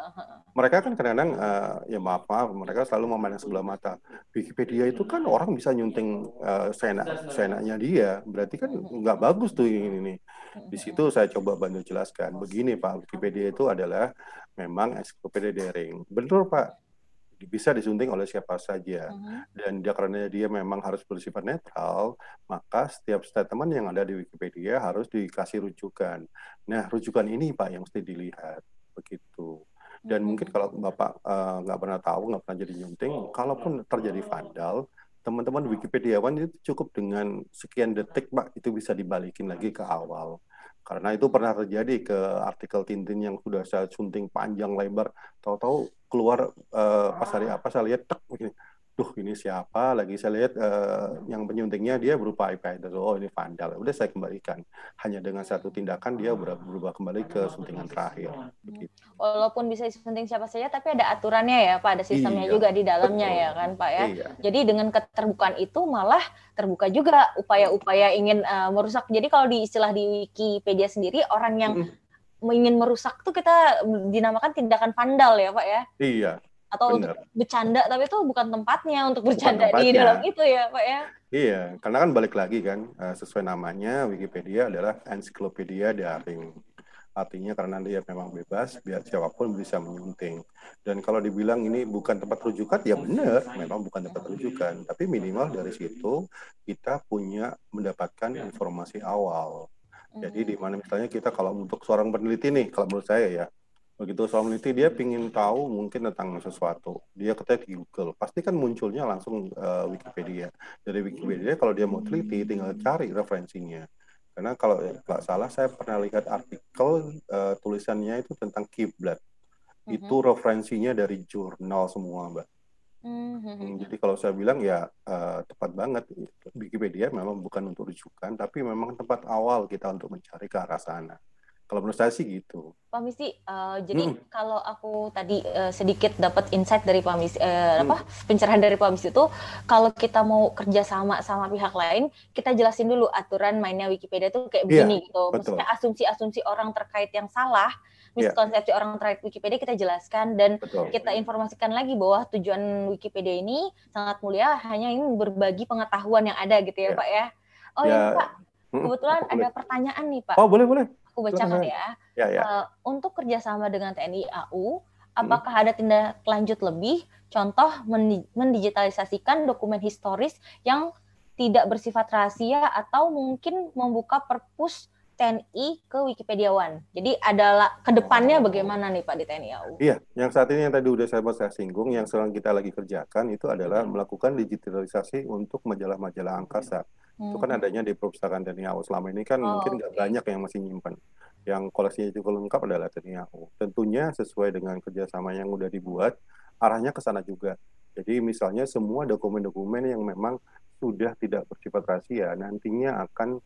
Mereka kan kadang-kadang, uh, ya maaf-maaf, mereka selalu memandang sebelah mata. Wikipedia itu kan orang bisa nyunting uh, seenak, seenaknya dia, berarti kan nggak bagus tuh ini nih. Di situ saya coba bantu jelaskan, begini Pak, Wikipedia itu adalah memang ensiklopedia daring. Betul Pak, bisa disunting oleh siapa saja. Uh-huh. Dan dia karena dia memang harus bersifat netral, maka setiap statement yang ada di Wikipedia harus dikasih rujukan. Nah, rujukan ini Pak yang mesti dilihat, begitu. Dan mungkin kalau Bapak nggak uh, pernah tahu, nggak pernah jadi nyunting, kalaupun terjadi vandal, teman-teman Wikipediawan itu cukup dengan sekian detik, Pak, itu bisa dibalikin lagi ke awal. Karena itu pernah terjadi ke artikel Tintin yang sudah saya sunting panjang lebar, tahu-tahu keluar uh, pas hari apa saya lihat, tek, begini. Duh ini siapa, lagi saya lihat uh, yang penyuntingnya dia berupa I P address, oh ini vandal, udah saya kembalikan. Hanya dengan satu tindakan dia berubah kembali ke suntingan terakhir. Begitu. Walaupun bisa disunting siapa saja, tapi ada aturannya ya Pak, ada sistemnya iya, juga di dalamnya betul. Ya kan Pak ya. Iya. Jadi dengan keterbukaan itu malah terbuka juga upaya-upaya ingin uh, merusak. Jadi kalau di istilah di Wikipedia sendiri, orang yang mm. ingin merusak tuh kita dinamakan tindakan vandal ya Pak ya. Iya. Atau bener. Untuk bercanda, tapi itu bukan tempatnya untuk bercanda tempatnya. Di dalam itu ya Pak ya. Iya, karena kan balik lagi kan, sesuai namanya Wikipedia adalah ensiklopedia daring. Artinya karena dia memang bebas, biar siapapun bisa menyunting. Dan kalau dibilang ini bukan tempat rujukan, ya benar, memang bukan tempat rujukan. Tapi minimal dari situ kita punya mendapatkan informasi awal. Jadi di mana misalnya kita kalau untuk seorang peneliti nih, kalau menurut saya ya, begitu seorang peneliti dia ingin tahu mungkin tentang sesuatu, dia ketik di Google, pasti kan munculnya langsung uh, Wikipedia. Dari Wikipedia kalau dia mau teliti, tinggal cari referensinya. Karena kalau nggak salah saya pernah lihat artikel uh, tulisannya itu tentang kiblat. Mm-hmm. Itu referensinya dari jurnal semua, Mbak. Mm-hmm. Jadi kalau saya bilang ya uh, tepat banget. Wikipedia memang bukan untuk rujukan, tapi memang tempat awal kita untuk mencari ke arah sana. Kalau menurut saya sih gitu. Pak Misi, uh, jadi hmm. kalau aku tadi uh, sedikit dapat insight dari Pak Misi, uh, hmm. apa pencerahan dari Pak Misi itu, kalau kita mau kerja sama sama pihak lain, kita jelasin dulu aturan mainnya Wikipedia itu kayak begini yeah, gitu. Maksudnya asumsi-asumsi orang terkait yang salah, miskonsepsi yeah. orang terkait Wikipedia kita jelaskan dan betul. Kita informasikan lagi bahwa tujuan Wikipedia ini sangat mulia, hanya ingin berbagi pengetahuan yang ada gitu ya yeah. Pak ya. Oh yeah. ini Pak, kebetulan hmm. ada pertanyaan nih Pak. Oh boleh boleh. Aku bacakan ya. ya, ya. Uh, untuk kerjasama dengan T N I A U, apakah hmm. ada tindak lanjut lebih? Contoh mendigitalisasikan dokumen historis yang tidak bersifat rahasia atau mungkin membuka perpus T N I ke Wikipediawan. Jadi adalah kedepannya bagaimana nih Pak di T N I A U? Iya, yang saat ini yang tadi udah saya, saya singgung, yang sedang kita lagi kerjakan itu adalah melakukan digitalisasi untuk majalah-majalah angkasa. Hmm. Itu kan adanya di perpustakaan T N I A U. Selama ini kan oh, mungkin nggak okay. banyak yang masih nyimpan. Yang koleksinya cukup lengkap adalah T N I A U. Tentunya sesuai dengan kerjasama yang udah dibuat, arahnya ke sana juga. Jadi misalnya semua dokumen-dokumen yang memang sudah tidak bersifat rahasia, nantinya akan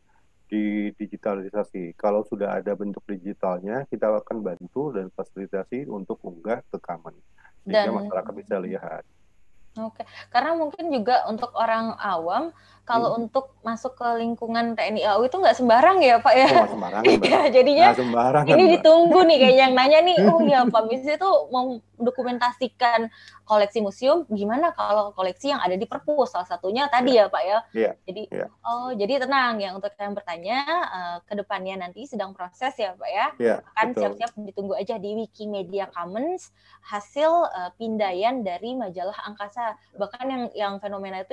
didigitalisasi. Kalau sudah ada bentuk digitalnya, kita akan bantu dan fasilitasi untuk unggah ke Common. Sehingga dan masyarakat bisa lihat. Oke, karena mungkin juga untuk orang awam, kalau hmm. untuk masuk ke lingkungan T N I A U itu nggak sembarang ya Pak ya? Oh, sembarangan, Mbak. Ya, jadinya sembarangan, ini Mbak. ditunggu nih kayak yang nanya nih, oh ya Pak Misi itu mau dokumentasikan koleksi museum, gimana kalau koleksi yang ada di perpus, salah satunya tadi yeah. ya Pak ya? Yeah. Jadi, yeah. oh jadi tenang ya untuk yang bertanya, uh, ke depannya nanti sedang proses ya Pak ya? Yeah, akan betul. Siap-siap ditunggu aja di Wikimedia Commons hasil uh, pindaian dari majalah angkasa. Bahkan yang yang fenomena itu yang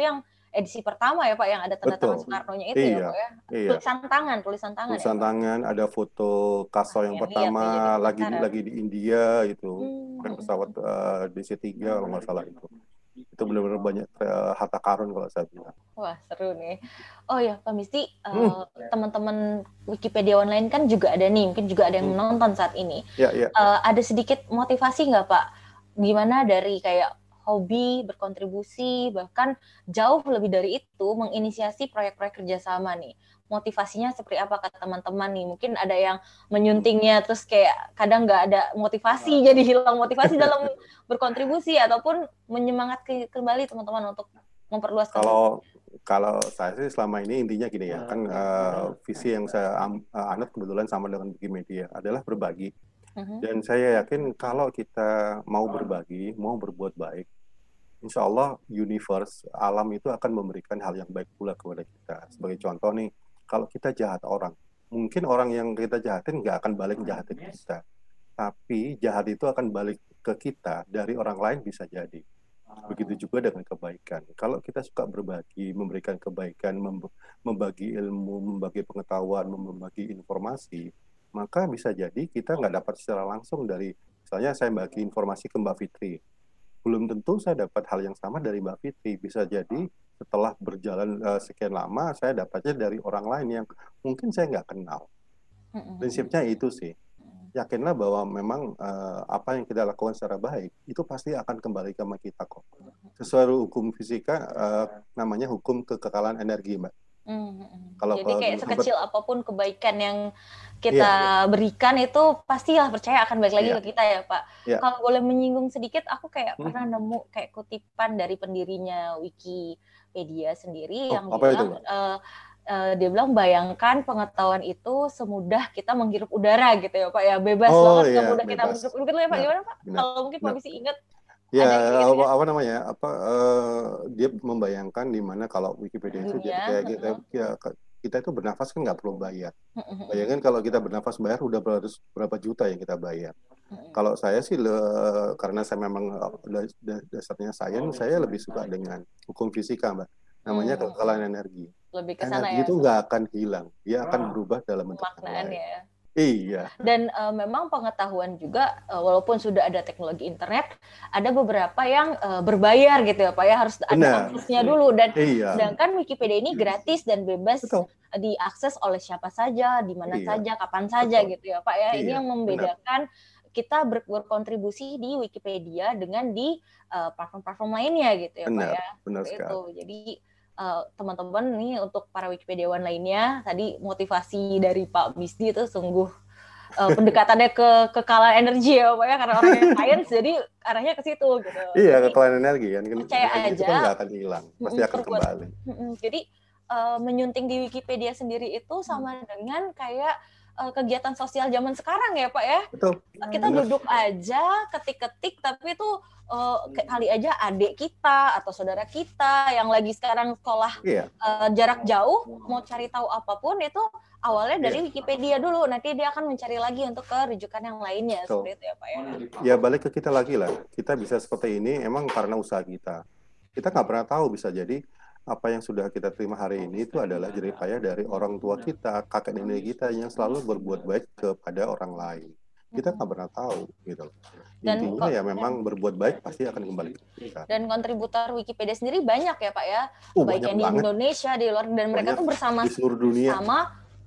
edisi pertama ya Pak yang ada tanda tangan Soekarno-nya itu iya, ya Pak ya. Iya. Tulisan tangan, tulisan tangan. Tulisan ya, tangan, ada foto Kaso yang pertama lagi di, lagi di India itu, hmm. pesawat uh, D C tiga kalau nggak salah itu. Itu benar-benar banyak uh, harta karun kalau saya bilang. Wah seru nih. Oh ya Pak Misti, uh, hmm. teman-teman Wikipedia online kan juga ada nih, mungkin juga ada yang menonton saat ini. Ya, ya. Uh, ada sedikit motivasi nggak Pak? Gimana dari kayak hobi, berkontribusi, bahkan jauh lebih dari itu menginisiasi proyek-proyek kerjasama nih. Motivasinya seperti apa ke teman-teman nih? Mungkin ada yang menyuntingnya terus kayak kadang nggak ada motivasi, jadi hilang motivasi dalam berkontribusi ataupun menyemangatkan kembali teman-teman untuk memperluas. Kalau kalau saya sih selama ini intinya gini ya, kan uh, visi yang saya uh, anut kebetulan sama dengan Wikimedia adalah berbagi. Uh-huh. Dan saya yakin kalau kita mau berbagi, mau berbuat baik, insya Allah universe, alam itu akan memberikan hal yang baik pula kepada kita. Sebagai contoh nih, kalau kita jahat orang, mungkin orang yang kita jahatin nggak akan balik jahatin kita. Tapi jahat itu akan balik ke kita dari orang lain bisa jadi. Begitu juga dengan kebaikan. Kalau kita suka berbagi, memberikan kebaikan, membagi ilmu, membagi pengetahuan, membagi informasi, maka bisa jadi kita nggak dapat secara langsung dari, misalnya saya bagi informasi ke Mbak Fitri. Belum tentu saya dapat hal yang sama dari Mbak Fitri. Bisa jadi setelah berjalan uh, sekian lama, saya dapatnya dari orang lain yang mungkin saya nggak kenal. Prinsipnya itu sih. Yakinlah bahwa memang uh, apa yang kita lakukan secara baik, itu pasti akan kembali ke kita kok. Sesuai hukum fisika, uh, namanya hukum kekekalan energi, Mbak. Mm-hmm. Kalau jadi kayak sekecil sempat, apapun kebaikan yang kita iya, berikan itu pastilah percaya akan balik lagi iya, ke kita ya Pak. Iya. Kalau boleh menyinggung sedikit, aku kayak hmm. pernah nemu kayak kutipan dari pendirinya Wikipedia sendiri oh, yang bilang, uh, uh, dia bilang bayangkan pengetahuan itu semudah kita menghirup udara gitu ya Pak ya, bebas oh, banget, iya, semudah kita menghirup udara ya Pak. Gimana Pak? Benar. Kalau mungkin Pak bisa ingat. Ya, apa, gitu, apa namanya? Apa uh, dia membayangkan di mana kalau Wikipedia itu jadi kayak kita, ya, kita itu bernafas kan nggak perlu bayar. Bayangin kalau kita bernafas bayar udah berapa, berapa juta yang kita bayar. Kalau saya sih le, karena saya memang dasarnya sains, saya lebih suka dengan hukum fisika, Mbak. Namanya hmm. kekekalan energi. Lebih ke sana energi ya. Itu nggak akan hilang, dia akan berubah dalam bentuk maknaan ya. Iya. Dan uh, memang pengetahuan juga, uh, walaupun sudah ada teknologi internet, ada beberapa yang uh, berbayar gitu ya Pak ya, harus ada aksesnya dulu. Dan iya. sedangkan Wikipedia ini gratis dan bebas Betul. diakses oleh siapa saja, di mana iya. saja, kapan saja Betul. gitu ya Pak ya. Iya. Ini yang membedakan Benar. kita ber- berkontribusi di Wikipedia dengan di uh, platform-platform lainnya gitu ya Benar. Pak ya. Benar sekali. Itu. Jadi Uh, teman-teman nih untuk para Wikipediawan lainnya, tadi motivasi dari Pak Misdi itu sungguh uh, pendekatannya ke kekalahan energi ya Pak ya, karena orang yang sains jadi arahnya ke situ gitu. Iya, kekalahan energi kan. Percaya energi aja. Itu kan nggak akan hilang, pasti akan perbuat, kembali. Jadi uh, menyunting di Wikipedia sendiri itu sama dengan kayak uh, kegiatan sosial zaman sekarang ya Pak ya. Betul. Kita Benar. duduk aja, ketik-ketik, tapi itu Uh, kali aja adik kita atau saudara kita yang lagi sekarang sekolah yeah. uh, jarak jauh mau cari tahu apapun itu awalnya dari yeah. Wikipedia dulu, nanti dia akan mencari lagi untuk ke rujukan yang lainnya so, seperti itu ya Pak ya. Ya balik ke kita lagi lah, kita bisa seperti ini emang karena usaha kita. Kita nggak pernah tahu, bisa jadi apa yang sudah kita terima hari ini itu adalah jerih payah dari orang tua kita, kakek nenek kita yang selalu berbuat baik kepada orang lain. Kita nggak pernah tahu gitu. Dan intinya ya memang berbuat baik pasti akan kembali ke kita. Dan kontributor Wikipedia sendiri banyak ya Pak ya, oh, baik yang di banget. Indonesia, di luar, dan mereka tuh bersama di seluruh dunia. sama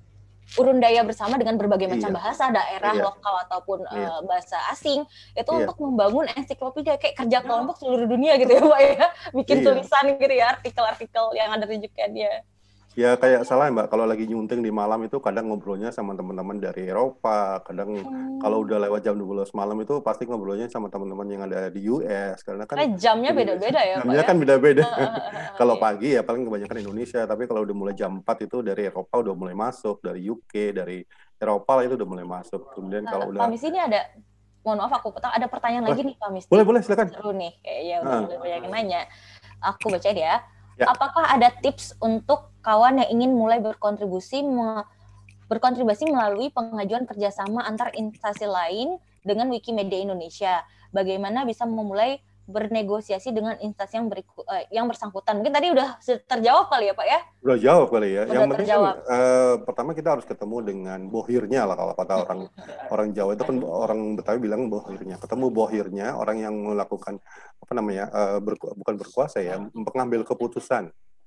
urun daya bersama dengan berbagai macam iya. bahasa daerah iya. lokal ataupun iya. uh, bahasa asing itu iya. untuk membangun ensiklopedia kayak kerja kelompok seluruh dunia gitu ya Pak ya, bikin iya. tulisan gitu ya, artikel-artikel yang ada rujukannya. Ya kayak salah Mbak, kalau lagi nyunting di malam itu kadang ngobrolnya sama teman-teman dari Eropa, kadang hmm. kalau udah lewat jam dua belas malam itu pasti ngobrolnya sama teman-teman yang ada di U S karena kan eh, jamnya beda-beda ya jamnya Pak kan ya? beda-beda. Kalau pagi ya paling kebanyakan Indonesia, tapi kalau udah mulai jam empat itu dari Eropa udah mulai masuk, dari U K, dari Eropa itu udah mulai masuk. Kemudian kalau uh, udah Pak Mis ini ada, mohon maaf aku petang, ada pertanyaan boleh. lagi nih Pak Mis. Boleh, boleh silakan. Seru nih, kayaknya udah uh. banyak yang nanya. Aku bacain ya. Ya. Apakah ada tips untuk kawan yang ingin mulai berkontribusi me- berkontribusi melalui pengajuan kerjasama antar instansi lain dengan Wikimedia Indonesia? Bagaimana bisa memulai bernegosiasi dengan instansi yang beriku, uh, yang bersangkutan. Mungkin tadi udah terjawab kali ya Pak ya? Udah jawab kali ya. Udah yang penting terjawab. kan uh, pertama kita harus ketemu dengan bohirnya lah, kalau kata orang orang Jawa itu kan, orang Betawi bilang bohirnya. Ketemu bohirnya, orang yang melakukan apa namanya uh, berku, bukan berkuasa ya, mengambil keputusan.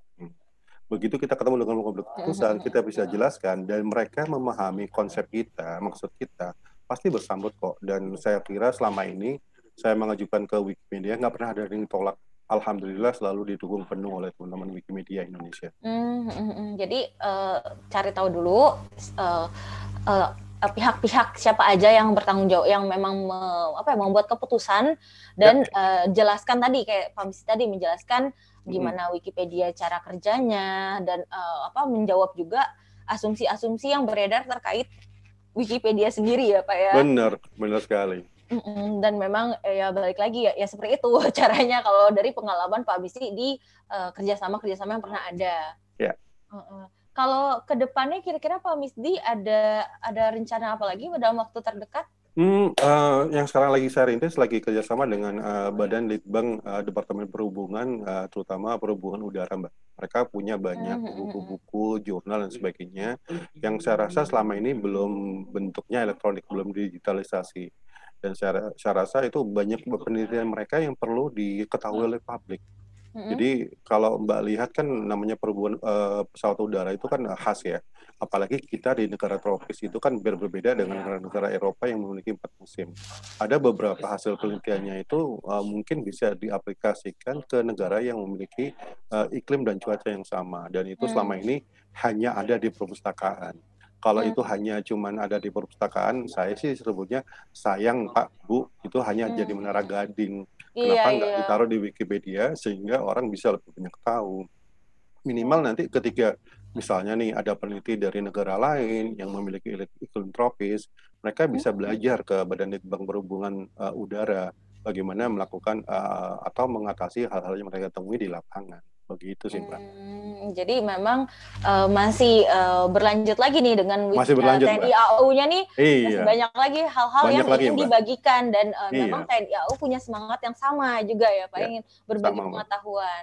Begitu kita ketemu dengan mengambil keputusan, kita bisa jelaskan dan mereka memahami konsep kita, maksud kita, pasti bersambut kok. Dan saya kira selama ini saya mengajukan ke Wikimedia nggak pernah ada yang ditolak. Alhamdulillah selalu didukung penuh oleh teman-teman Wikimedia Indonesia. Hmm, hmm, hmm. Jadi uh, cari tahu dulu uh, uh, pihak-pihak siapa aja yang bertanggung jawab, yang memang me, apa ya, membuat keputusan, dan ya. uh, jelaskan tadi kayak Pak Misdi tadi menjelaskan gimana hmm. Wikipedia cara kerjanya, dan uh, apa menjawab juga asumsi-asumsi yang beredar terkait Wikipedia sendiri ya Pak ya. Benar, benar sekali. Dan memang ya balik lagi ya, ya seperti itu caranya kalau dari pengalaman Pak Misdi di uh, kerjasama-kerjasama yang pernah ada. Ya. Uh-uh. Kalau kedepannya kira-kira Pak Misdi ada ada rencana apa lagi dalam waktu terdekat? Hmm, uh, yang sekarang lagi saya rintis lagi kerjasama dengan uh, Badan Litbang uh, Departemen Perhubungan, uh, terutama perhubungan udara, Mbak. Mereka punya banyak buku-buku, jurnal dan sebagainya yang saya rasa selama ini belum bentuknya elektronik, belum digitalisasi. Dan saya, saya rasa itu banyak penelitian mereka yang perlu diketahui oleh publik. Mm-hmm. Jadi kalau Mbak lihat kan namanya perhubungan uh, pesawat udara itu kan khas ya. Apalagi kita di negara tropis itu kan berbeda dengan negara-negara Eropa yang memiliki empat musim. Ada beberapa hasil penelitiannya itu uh, mungkin bisa diaplikasikan ke negara yang memiliki uh, iklim dan cuaca yang sama. Dan itu selama ini hanya ada di perpustakaan. Kalau hmm. itu hanya cuman ada di perpustakaan, saya sih sebutnya sayang Pak, Bu, itu hanya hmm. jadi menara gading. Kenapa nggak iya. ditaruh di Wikipedia sehingga orang bisa lebih banyak tahu. Minimal nanti ketika misalnya nih ada peneliti dari negara lain yang memiliki iklim tropis, mereka bisa belajar ke Badan Litbang Perhubungan uh, Udara bagaimana melakukan uh, atau mengatasi hal-hal yang mereka temui di lapangan. Begitu sih Mbak. Hmm, jadi memang uh, masih uh, berlanjut lagi nih dengan masih berlanjut, uh, T N I A U-nya nih, iya. masih banyak lagi hal-hal banyak yang lagi, ingin Mbak. dibagikan, dan uh, iya. memang T N I A U punya semangat yang sama juga ya Pak, ya, ingin berbagi sama, pengetahuan.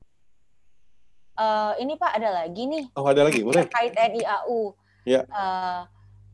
Uh, ini Pak ada lagi nih. Oh ada lagi, boleh. Terkait T N I A U. Ya. Uh,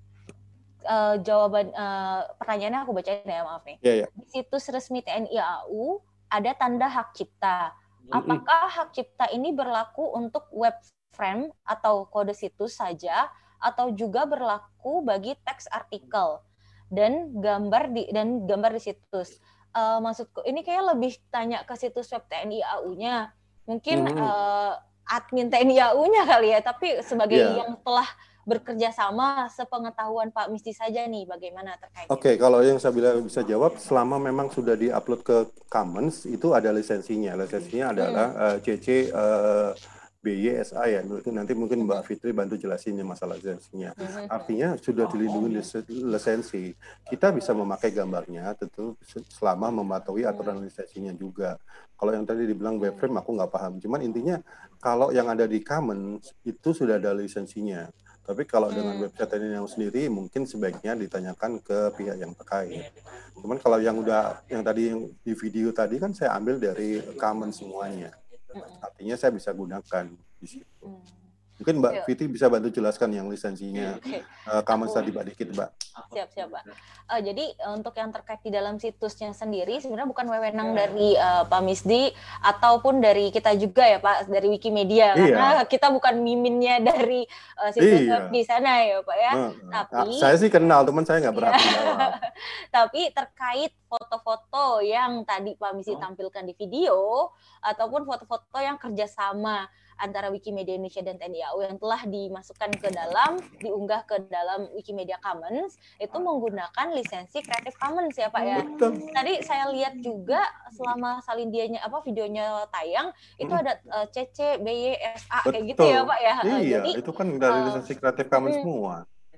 uh, jawaban uh, pertanyaannya aku bacain ya, maaf nih. Ya, ya. Di situs resmi T N I A U ada tanda hak cipta. Apakah hak cipta ini berlaku untuk web frame atau kode situs saja, atau juga berlaku bagi teks artikel dan gambar di dan gambar di situs? Uh, maksudku ini kayak lebih tanya ke situs web T N I A U-nya. Mungkin mm-hmm. uh, admin T N I A U-nya kali ya, tapi sebagai yeah. yang telah bekerja sama, sepengetahuan Pak Misdi saja nih, bagaimana terkait? Oke, okay, kalau yang saya bila bisa jawab, selama memang sudah diupload ke Commons, itu ada lisensinya. Lisensinya adalah hmm. uh, C C uh, B Y S A ya. Nanti mungkin Mbak Fitri bantu jelasin masalah lisensinya. Hmm. Artinya sudah dilindungi lisensi. Kita bisa memakai gambarnya, tentu selama mematuhi aturan lisensinya juga. Kalau yang tadi dibilang webframe, aku nggak paham. Cuman intinya, kalau yang ada di Commons, itu sudah ada lisensinya. Tapi kalau dengan website ini yang sendiri mungkin sebaiknya ditanyakan ke pihak yang terkait. Cuman kalau yang udah yang tadi yang di video tadi kan saya ambil dari Commons semuanya. Artinya saya bisa gunakan di situ. Mungkin Mbak Fitri bisa bantu jelaskan yang lisensinya uh, Commons tadi Mbak dikit Mbak. Siap siap Pak. Uh, jadi untuk yang terkait di dalam situsnya sendiri sebenarnya bukan wewenang dari uh, Pak Misdi ataupun dari kita juga ya Pak, dari Wikimedia, iya. Karena kita bukan miminnya dari uh, situs iya. web di sana ya Pak ya. Nah, Tapi saya sih kenal, teman saya nggak berani jawab. Tapi terkait foto-foto yang tadi Pak Misdi tampilkan di video ataupun foto-foto yang kerjasama antara Wikimedia Indonesia dan T N I A U yang telah dimasukkan ke dalam, diunggah ke dalam Wikimedia Commons, itu menggunakan lisensi Creative Commons ya Pak ya. Betul. Tadi saya lihat juga selama salindianya apa videonya tayang, itu ada uh, C C B Y S A kayak gitu ya Pak ya. Iya, jadi, itu kan dari lisensi Creative Commons uh, semua.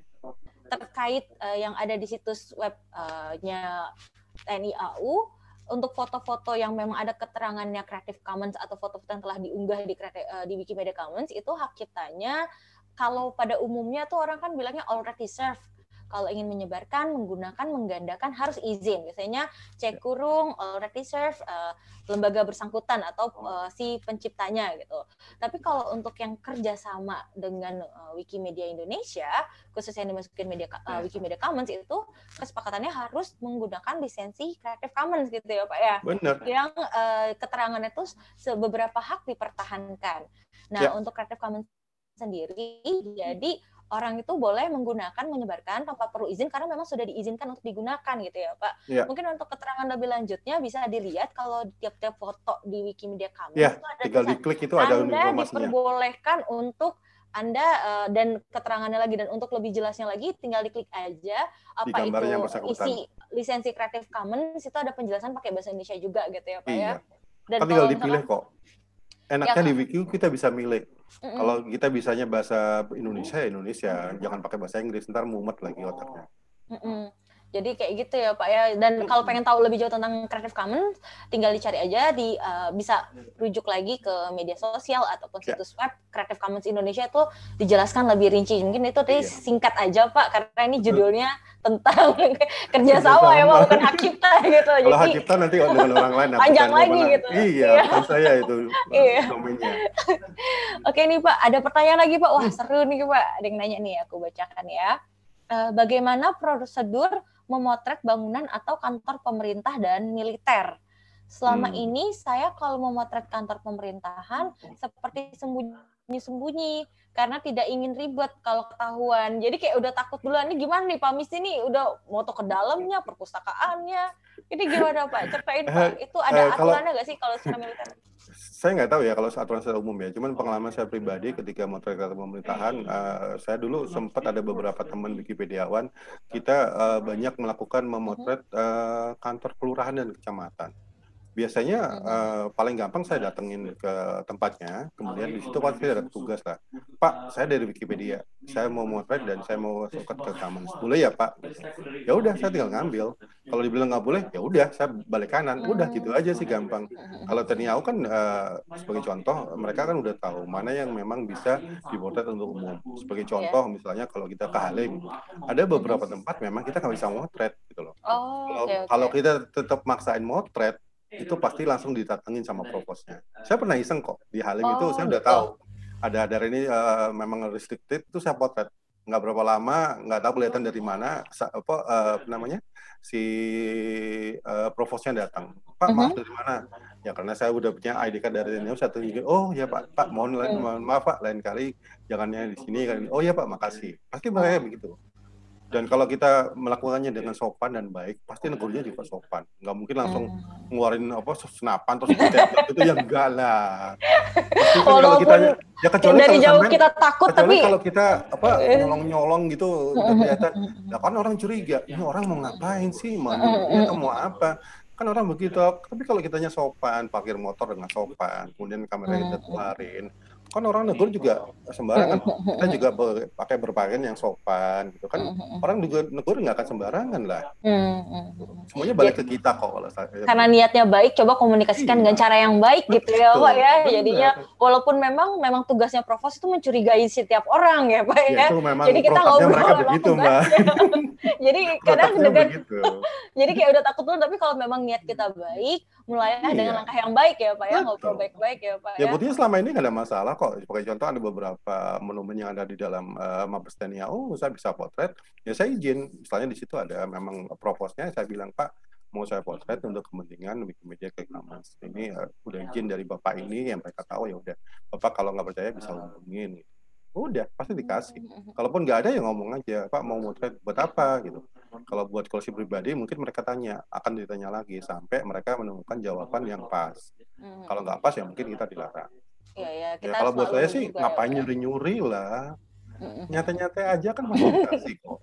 Terkait uh, yang ada di situs webnya uh, T N I A U, untuk foto-foto yang memang ada keterangannya Creative Commons atau foto-foto yang telah diunggah di, di Wikimedia Commons, itu hak ciptanya kalau pada umumnya tuh orang kan bilangnya already served. kalau ingin menyebarkan, menggunakan, menggandakan harus izin. Biasanya cek kurung, already serve, uh, lembaga bersangkutan atau uh, si penciptanya gitu. Tapi kalau untuk yang kerjasama dengan uh, Wikimedia Indonesia, khususnya yang dimasukin media uh, Wikimedia Commons itu kesepakatannya harus menggunakan lisensi Creative Commons gitu ya Pak ya. Benar. Yang uh, keterangannya itu beberapa hak dipertahankan. Nah, ya. Untuk Creative Commons sendiri, jadi orang itu boleh menggunakan, menyebarkan tanpa perlu izin karena memang sudah diizinkan untuk digunakan gitu ya Pak. Ya. Mungkin untuk keterangan lebih lanjutnya bisa dilihat kalau di tiap-tiap foto di Wikimedia Commons ya, itu ada tinggal diklik itu ada Anda informasinya. Diperbolehkan untuk Anda uh, dan keterangannya lagi, dan untuk lebih jelasnya lagi tinggal diklik aja apa itu isi lisensi Creative Commons, itu ada penjelasan pakai bahasa Indonesia juga gitu ya Pak iya. ya. Dan kan tinggal dipilih kok. Enaknya ya, di Wiki kita bisa milih. Mm-mm. Kalau kita bisanya bahasa Indonesia ya Indonesia, jangan pakai bahasa Inggris, ntar mumet lagi otaknya. Mm-mm. Jadi kayak gitu ya Pak ya. Dan kalau pengen tahu lebih jauh tentang Creative Commons, tinggal dicari aja di uh, bisa rujuk lagi ke media sosial ataupun situs ya. Web Creative Commons Indonesia itu dijelaskan lebih rinci. Mungkin itu tadi iya. singkat aja Pak, karena ini judulnya tentang kerjasama ya Pak, bukan hak cipta gitu. Kalau hak cipta nanti dengan orang lain. Panjang lagi mana. Gitu. Iya, bukan saya itu iya. domainnya. Oke nih Pak, ada pertanyaan lagi Pak. Wah seru nih Pak. Ada yang nanya nih, aku bacakan ya. Uh, bagaimana prosedur memotret bangunan atau kantor pemerintah dan militer? Selama hmm. ini saya kalau memotret kantor pemerintahan seperti sembunyi-sembunyi karena tidak ingin ribet kalau ketahuan. Jadi kayak udah takut duluan, nih gimana nih Pak Mis ini udah moto ke dalamnya, perpustakaannya. Ini gimana Pak? Ceritain Pak, itu ada aturannya nggak sih kalau secara militer? Saya nggak tahu ya kalau aturan secara umum ya, cuman pengalaman saya pribadi ketika motret kantor pemerintahan, uh, saya dulu sempat ada beberapa teman Wikipediawan, kita uh, banyak melakukan memotret uh, kantor kelurahan dan kecamatan. Biasanya uh, paling gampang saya datengin ke tempatnya, kemudian di situ pasti ada tugas lah. Pak, saya dari Wikipedia, saya mau motret dan saya mau masuk ke Commons. Boleh ya Pak? Ya udah, saya tinggal ngambil. Kalau dibilang nggak boleh, ya udah, saya balik kanan. Udah gitu aja sih gampang. Kalau Teniau kan uh, sebagai contoh, mereka kan udah tahu mana yang memang bisa dimotret untuk umum. Sebagai contoh, misalnya kalau kita ke Halim, ada beberapa tempat memang kita nggak bisa motret gitu loh. Oh, kalau, okay, okay. kalau kita tetap maksain motret, itu pasti langsung didatengin sama proposnya. Saya pernah iseng kok di Halim oh, itu saya udah tahu ada ada ini uh, memang restricted, itu saya potret nggak berapa lama, nggak tahu kelihatan dari mana apa uh, namanya si uh, proposnya datang. Pak uh-huh. maaf dari mana? Ya karena saya udah punya I D card dari Neo, saya tunjukin, oh ya Pak, Pak mohon, uh-huh. mohon maaf Pak, lain kali jangannya di sini kan. Oh ya Pak, makasih. Pasti mereka uh-huh. begitu. Dan kalau kita melakukannya dengan sopan dan baik, pasti negurnya juga sopan. Nggak mungkin langsung hmm. ngeluarin apa senapan terus itu yang enggak lah. Pasti kan kalau kita ya kecuali dari kalau jauh sampai, kita takut tapi kalau kita apa nyolong-nyolong gitu udah kelihatan, nah kan orang curiga, ini orang mau ngapain sih? Mau atau mau apa? Kan orang begitu. Tapi kalau kitanya sopan, parkir motor dengan sopan, kemudian kamera kita keluarin, kan orang negur juga sembarangan. Kita juga ber, pakai berpakaian yang sopan gitu kan. Orang juga negur nggak akan sembarangan lah. Semuanya balik ya, ke kita kok kalau saya. Karena niatnya baik, coba komunikasikan iya. dengan cara yang baik gitu ya Pak ya. Jadinya walaupun memang memang tugasnya provos itu mencurigai setiap orang ya Pak ya. Ya memang jadi kita ngobrol mereka begitu Mbak. Jadi kadang dengan jadi kayak udah takut dulu, tapi kalau memang niat kita baik, mulailah iya. dengan langkah yang baik ya Pak ya, ngobrol baik-baik ya Pak ya. Ya buktinya selama ini nggak ada masalah kok. Sebagai contoh ada beberapa monumen yang ada di dalam uh, Mabes T N I A U, saya bisa potret, ya saya izin. Misalnya di situ ada memang proposnya, saya bilang Pak, mau saya potret untuk kepentingan Wikimedia Creative Commons. Ini uh, udah izin dari Bapak ini, yang mereka tahu ya udah. Bapak kalau nggak percaya bisa hubungin. Udah, pasti dikasih. Kalaupun nggak ada ya ngomong aja, Pak mau motret buat apa gitu. Kalau buat koleksi pribadi mungkin mereka tanya, akan ditanya lagi sampai mereka menemukan jawaban yang pas. Kalau nggak pas ya mungkin kita dilarang. Ya, ya, kita ya kalau buat saya sih ngapain ya, nyuri-nyuri lah. Nyata-nyata aja kan masih dikasih kok.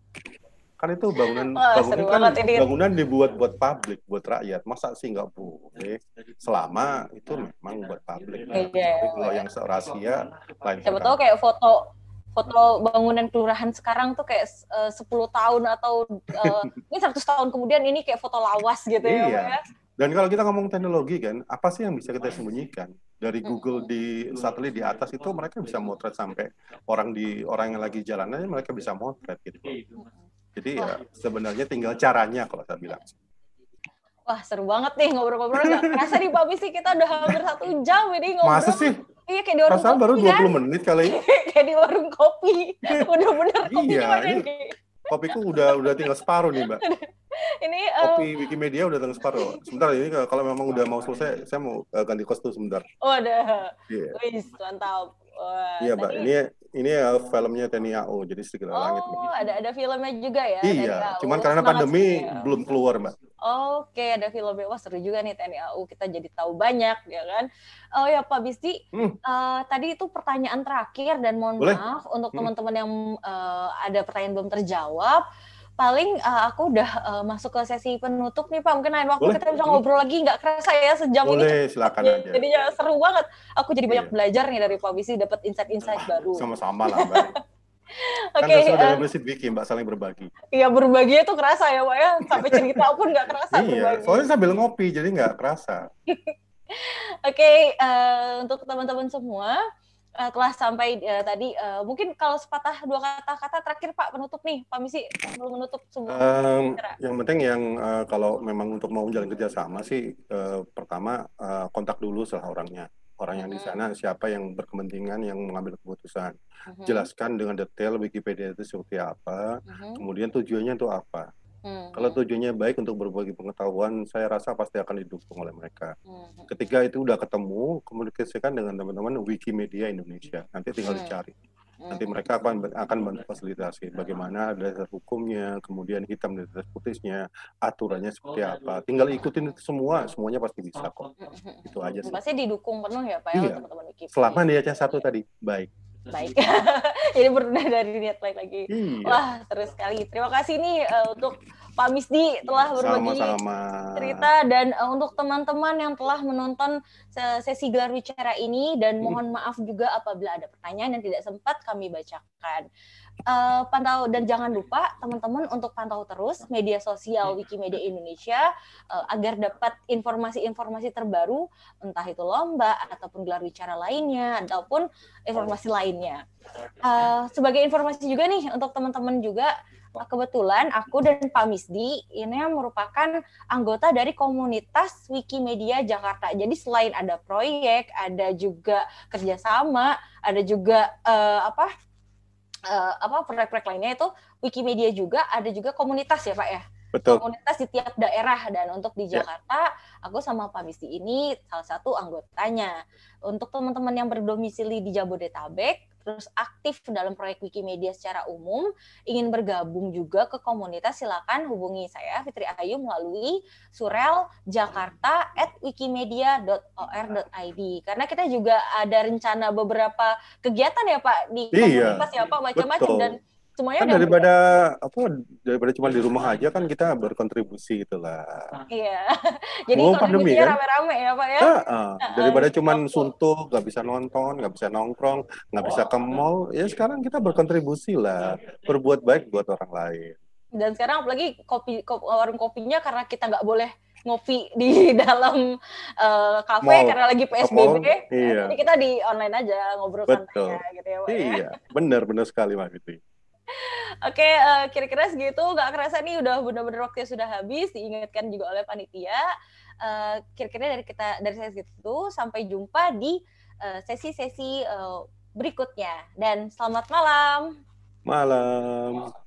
Kan itu bangunan Wah, bangunan kan bangunan dibuat buat publik, buat rakyat. Masa sih nggak boleh? Selama itu memang buat publik. Ya, ya, kalau ya. yang rahasia lain. Siapa tahu kayak foto foto bangunan kelurahan sekarang tuh kayak uh, sepuluh tahun atau uh, ini seratus tahun kemudian ini kayak foto lawas gitu ya. Iya. Ya. Dan kalau kita ngomong teknologi kan, apa sih yang bisa kita sembunyikan? Dari Google di satelit di atas itu mereka bisa motret sampai orang di orang yang lagi jalan aja mereka bisa motret gitu. Jadi Wah. ya sebenarnya tinggal caranya kalau saya bilang. Wah, seru banget nih ngobrol-ngobrol. Nggak kerasa nih Pak Misi, kita udah hampir satu jam ini ngobrol. Masa sih? Iya, kayak di warung Perasaan kopi baru dua puluh kan? menit kali. Kayak di warung kopi. Bener-bener kopi iya, gimana ini nih? Kopiku udah udah tinggal separuh nih, Mbak. Ini Kopi um... Wikimedia udah tinggal separuh. Sebentar, ini kalau memang udah mau selesai, saya mau uh, ganti kostum sebentar. Oh, udah. Yeah. Wis, mantap. Wah, iya, Mbak. tadi... Ini ini uh, filmnya T N I A U, jadi sedikit oh, langit. Oh, ada ada filmnya juga ya? Iya, cuman karena Semangat pandemi ya. belum keluar, Mbak. Oke, ada filmnya. Wah, seru juga nih T N I A U. Kita jadi tahu banyak, ya kan? Oh ya, Pak Bisti, hmm. uh, tadi itu pertanyaan terakhir dan mohon Boleh? maaf untuk hmm. teman-teman yang uh, ada pertanyaan belum terjawab. Paling uh, aku udah uh, masuk ke sesi penutup nih Pak. Mungkin lain waktu Boleh? kita bisa ngobrol lagi, nggak kerasa ya sejam Boleh, ini. Boleh, silakan ya, aja. Jadinya seru banget. Aku jadi banyak iya. belajar nih dari Pak Bisti, dapat insight-insight baru. Sama-sama lah, Mbak. Oke, okay, kan dalam prinsip Wiki, Mbak, saling berbagi. Iya, berbagi itu kerasa ya, Pak ya. Sampai cerita pun nggak kerasa iya, berbagi. Soalnya sambil ngopi, jadi nggak kerasa. Oke, okay, uh, untuk teman-teman semua, uh, telah sampai uh, tadi, uh, mungkin kalau sepatah dua kata-kata terakhir, Pak, penutup nih, Pak Misi, belum menutup semua. Um, yang penting yang uh, kalau memang untuk mau menjalin kerjasama sih, uh, pertama uh, kontak dulu salah orangnya. Orang yang di sana siapa yang berkepentingan yang mengambil keputusan. Uh-huh. Jelaskan dengan detail Wikipedia itu seperti apa, uh-huh. kemudian tujuannya itu apa. Uh-huh. Kalau tujuannya baik untuk berbagi pengetahuan, saya rasa pasti akan didukung oleh mereka. Uh-huh. Ketika itu udah ketemu, komunikasikan dengan teman-teman Wikimedia Indonesia. Nanti tinggal uh-huh. dicari. Nanti mereka akan akan bantu fasilitasi bagaimana dasar hukumnya, kemudian hitam dan putihnya, aturannya seperti apa. Tinggal ikutin itu semua, semuanya pasti bisa kok. Itu aja sih. Pasti didukung penuh ya Pak ya iya. teman-teman Wikipedia. Selama niatnya satu tadi, baik. Baik. Jadi benar dari niat baik lagi. Iya. Wah, terus sekali. Terima kasih nih uh, untuk Pak Misdi telah berbagi Sama-sama. cerita dan uh, untuk teman-teman yang telah menonton sesi gelar bicara ini dan mohon maaf juga apabila ada pertanyaan yang tidak sempat kami bacakan. Uh, pantau dan jangan lupa teman-teman untuk pantau terus media sosial Wikimedia Indonesia uh, agar dapat informasi-informasi terbaru entah itu lomba ataupun gelar bicara lainnya ataupun informasi lainnya. Uh, sebagai informasi juga nih untuk teman-teman juga, kebetulan aku dan Pak Misdi ini merupakan anggota dari komunitas Wikimedia Jakarta. Jadi selain ada proyek, ada juga kerjasama, ada juga uh, apa uh, apa proyek-proyek lainnya itu Wikimedia juga ada juga komunitas ya Pak ya. Betul. Komunitas di tiap daerah dan untuk di Jakarta, ya. aku sama Pak Misdi ini salah satu anggotanya. Untuk teman-teman yang berdomisili di Jabodetabek, terus aktif dalam proyek Wikimedia secara umum, ingin bergabung juga ke komunitas, silakan hubungi saya Fitri Ayu melalui surel jakarta at wikimedia dot or dot i d. Karena kita juga ada rencana beberapa kegiatan ya Pak di komunitas iya, ya Pak, macam-macam dan semuanya kan daripada apa daripada cuma di rumah aja kan kita berkontribusi gitulah. Iya. Jadi kontribusinya kan? Rame-rame ya Pak ya. Nah, uh, daripada cuma suntuk, nggak bisa nonton, nggak bisa nongkrong, nggak bisa ke mall, ya sekarang kita berkontribusi lah, berbuat baik buat orang lain. Dan sekarang apalagi kopi, kopi warung kopinya karena kita nggak boleh ngopi di dalam uh, kafe Mall. Karena lagi P S B B, Mall, iya. Jadi kita di online aja ngobrol santai gitu ya Pak. Iya, ya. benar-benar sekali Mbak Fitri. Oke, uh, kira-kira segitu. Nggak kerasa nih udah benar-benar waktunya sudah habis. Diingatkan juga oleh panitia. Uh, kira-kira dari kita dari sesi itu sampai jumpa di uh, sesi-sesi uh, berikutnya. Dan selamat malam. Malam.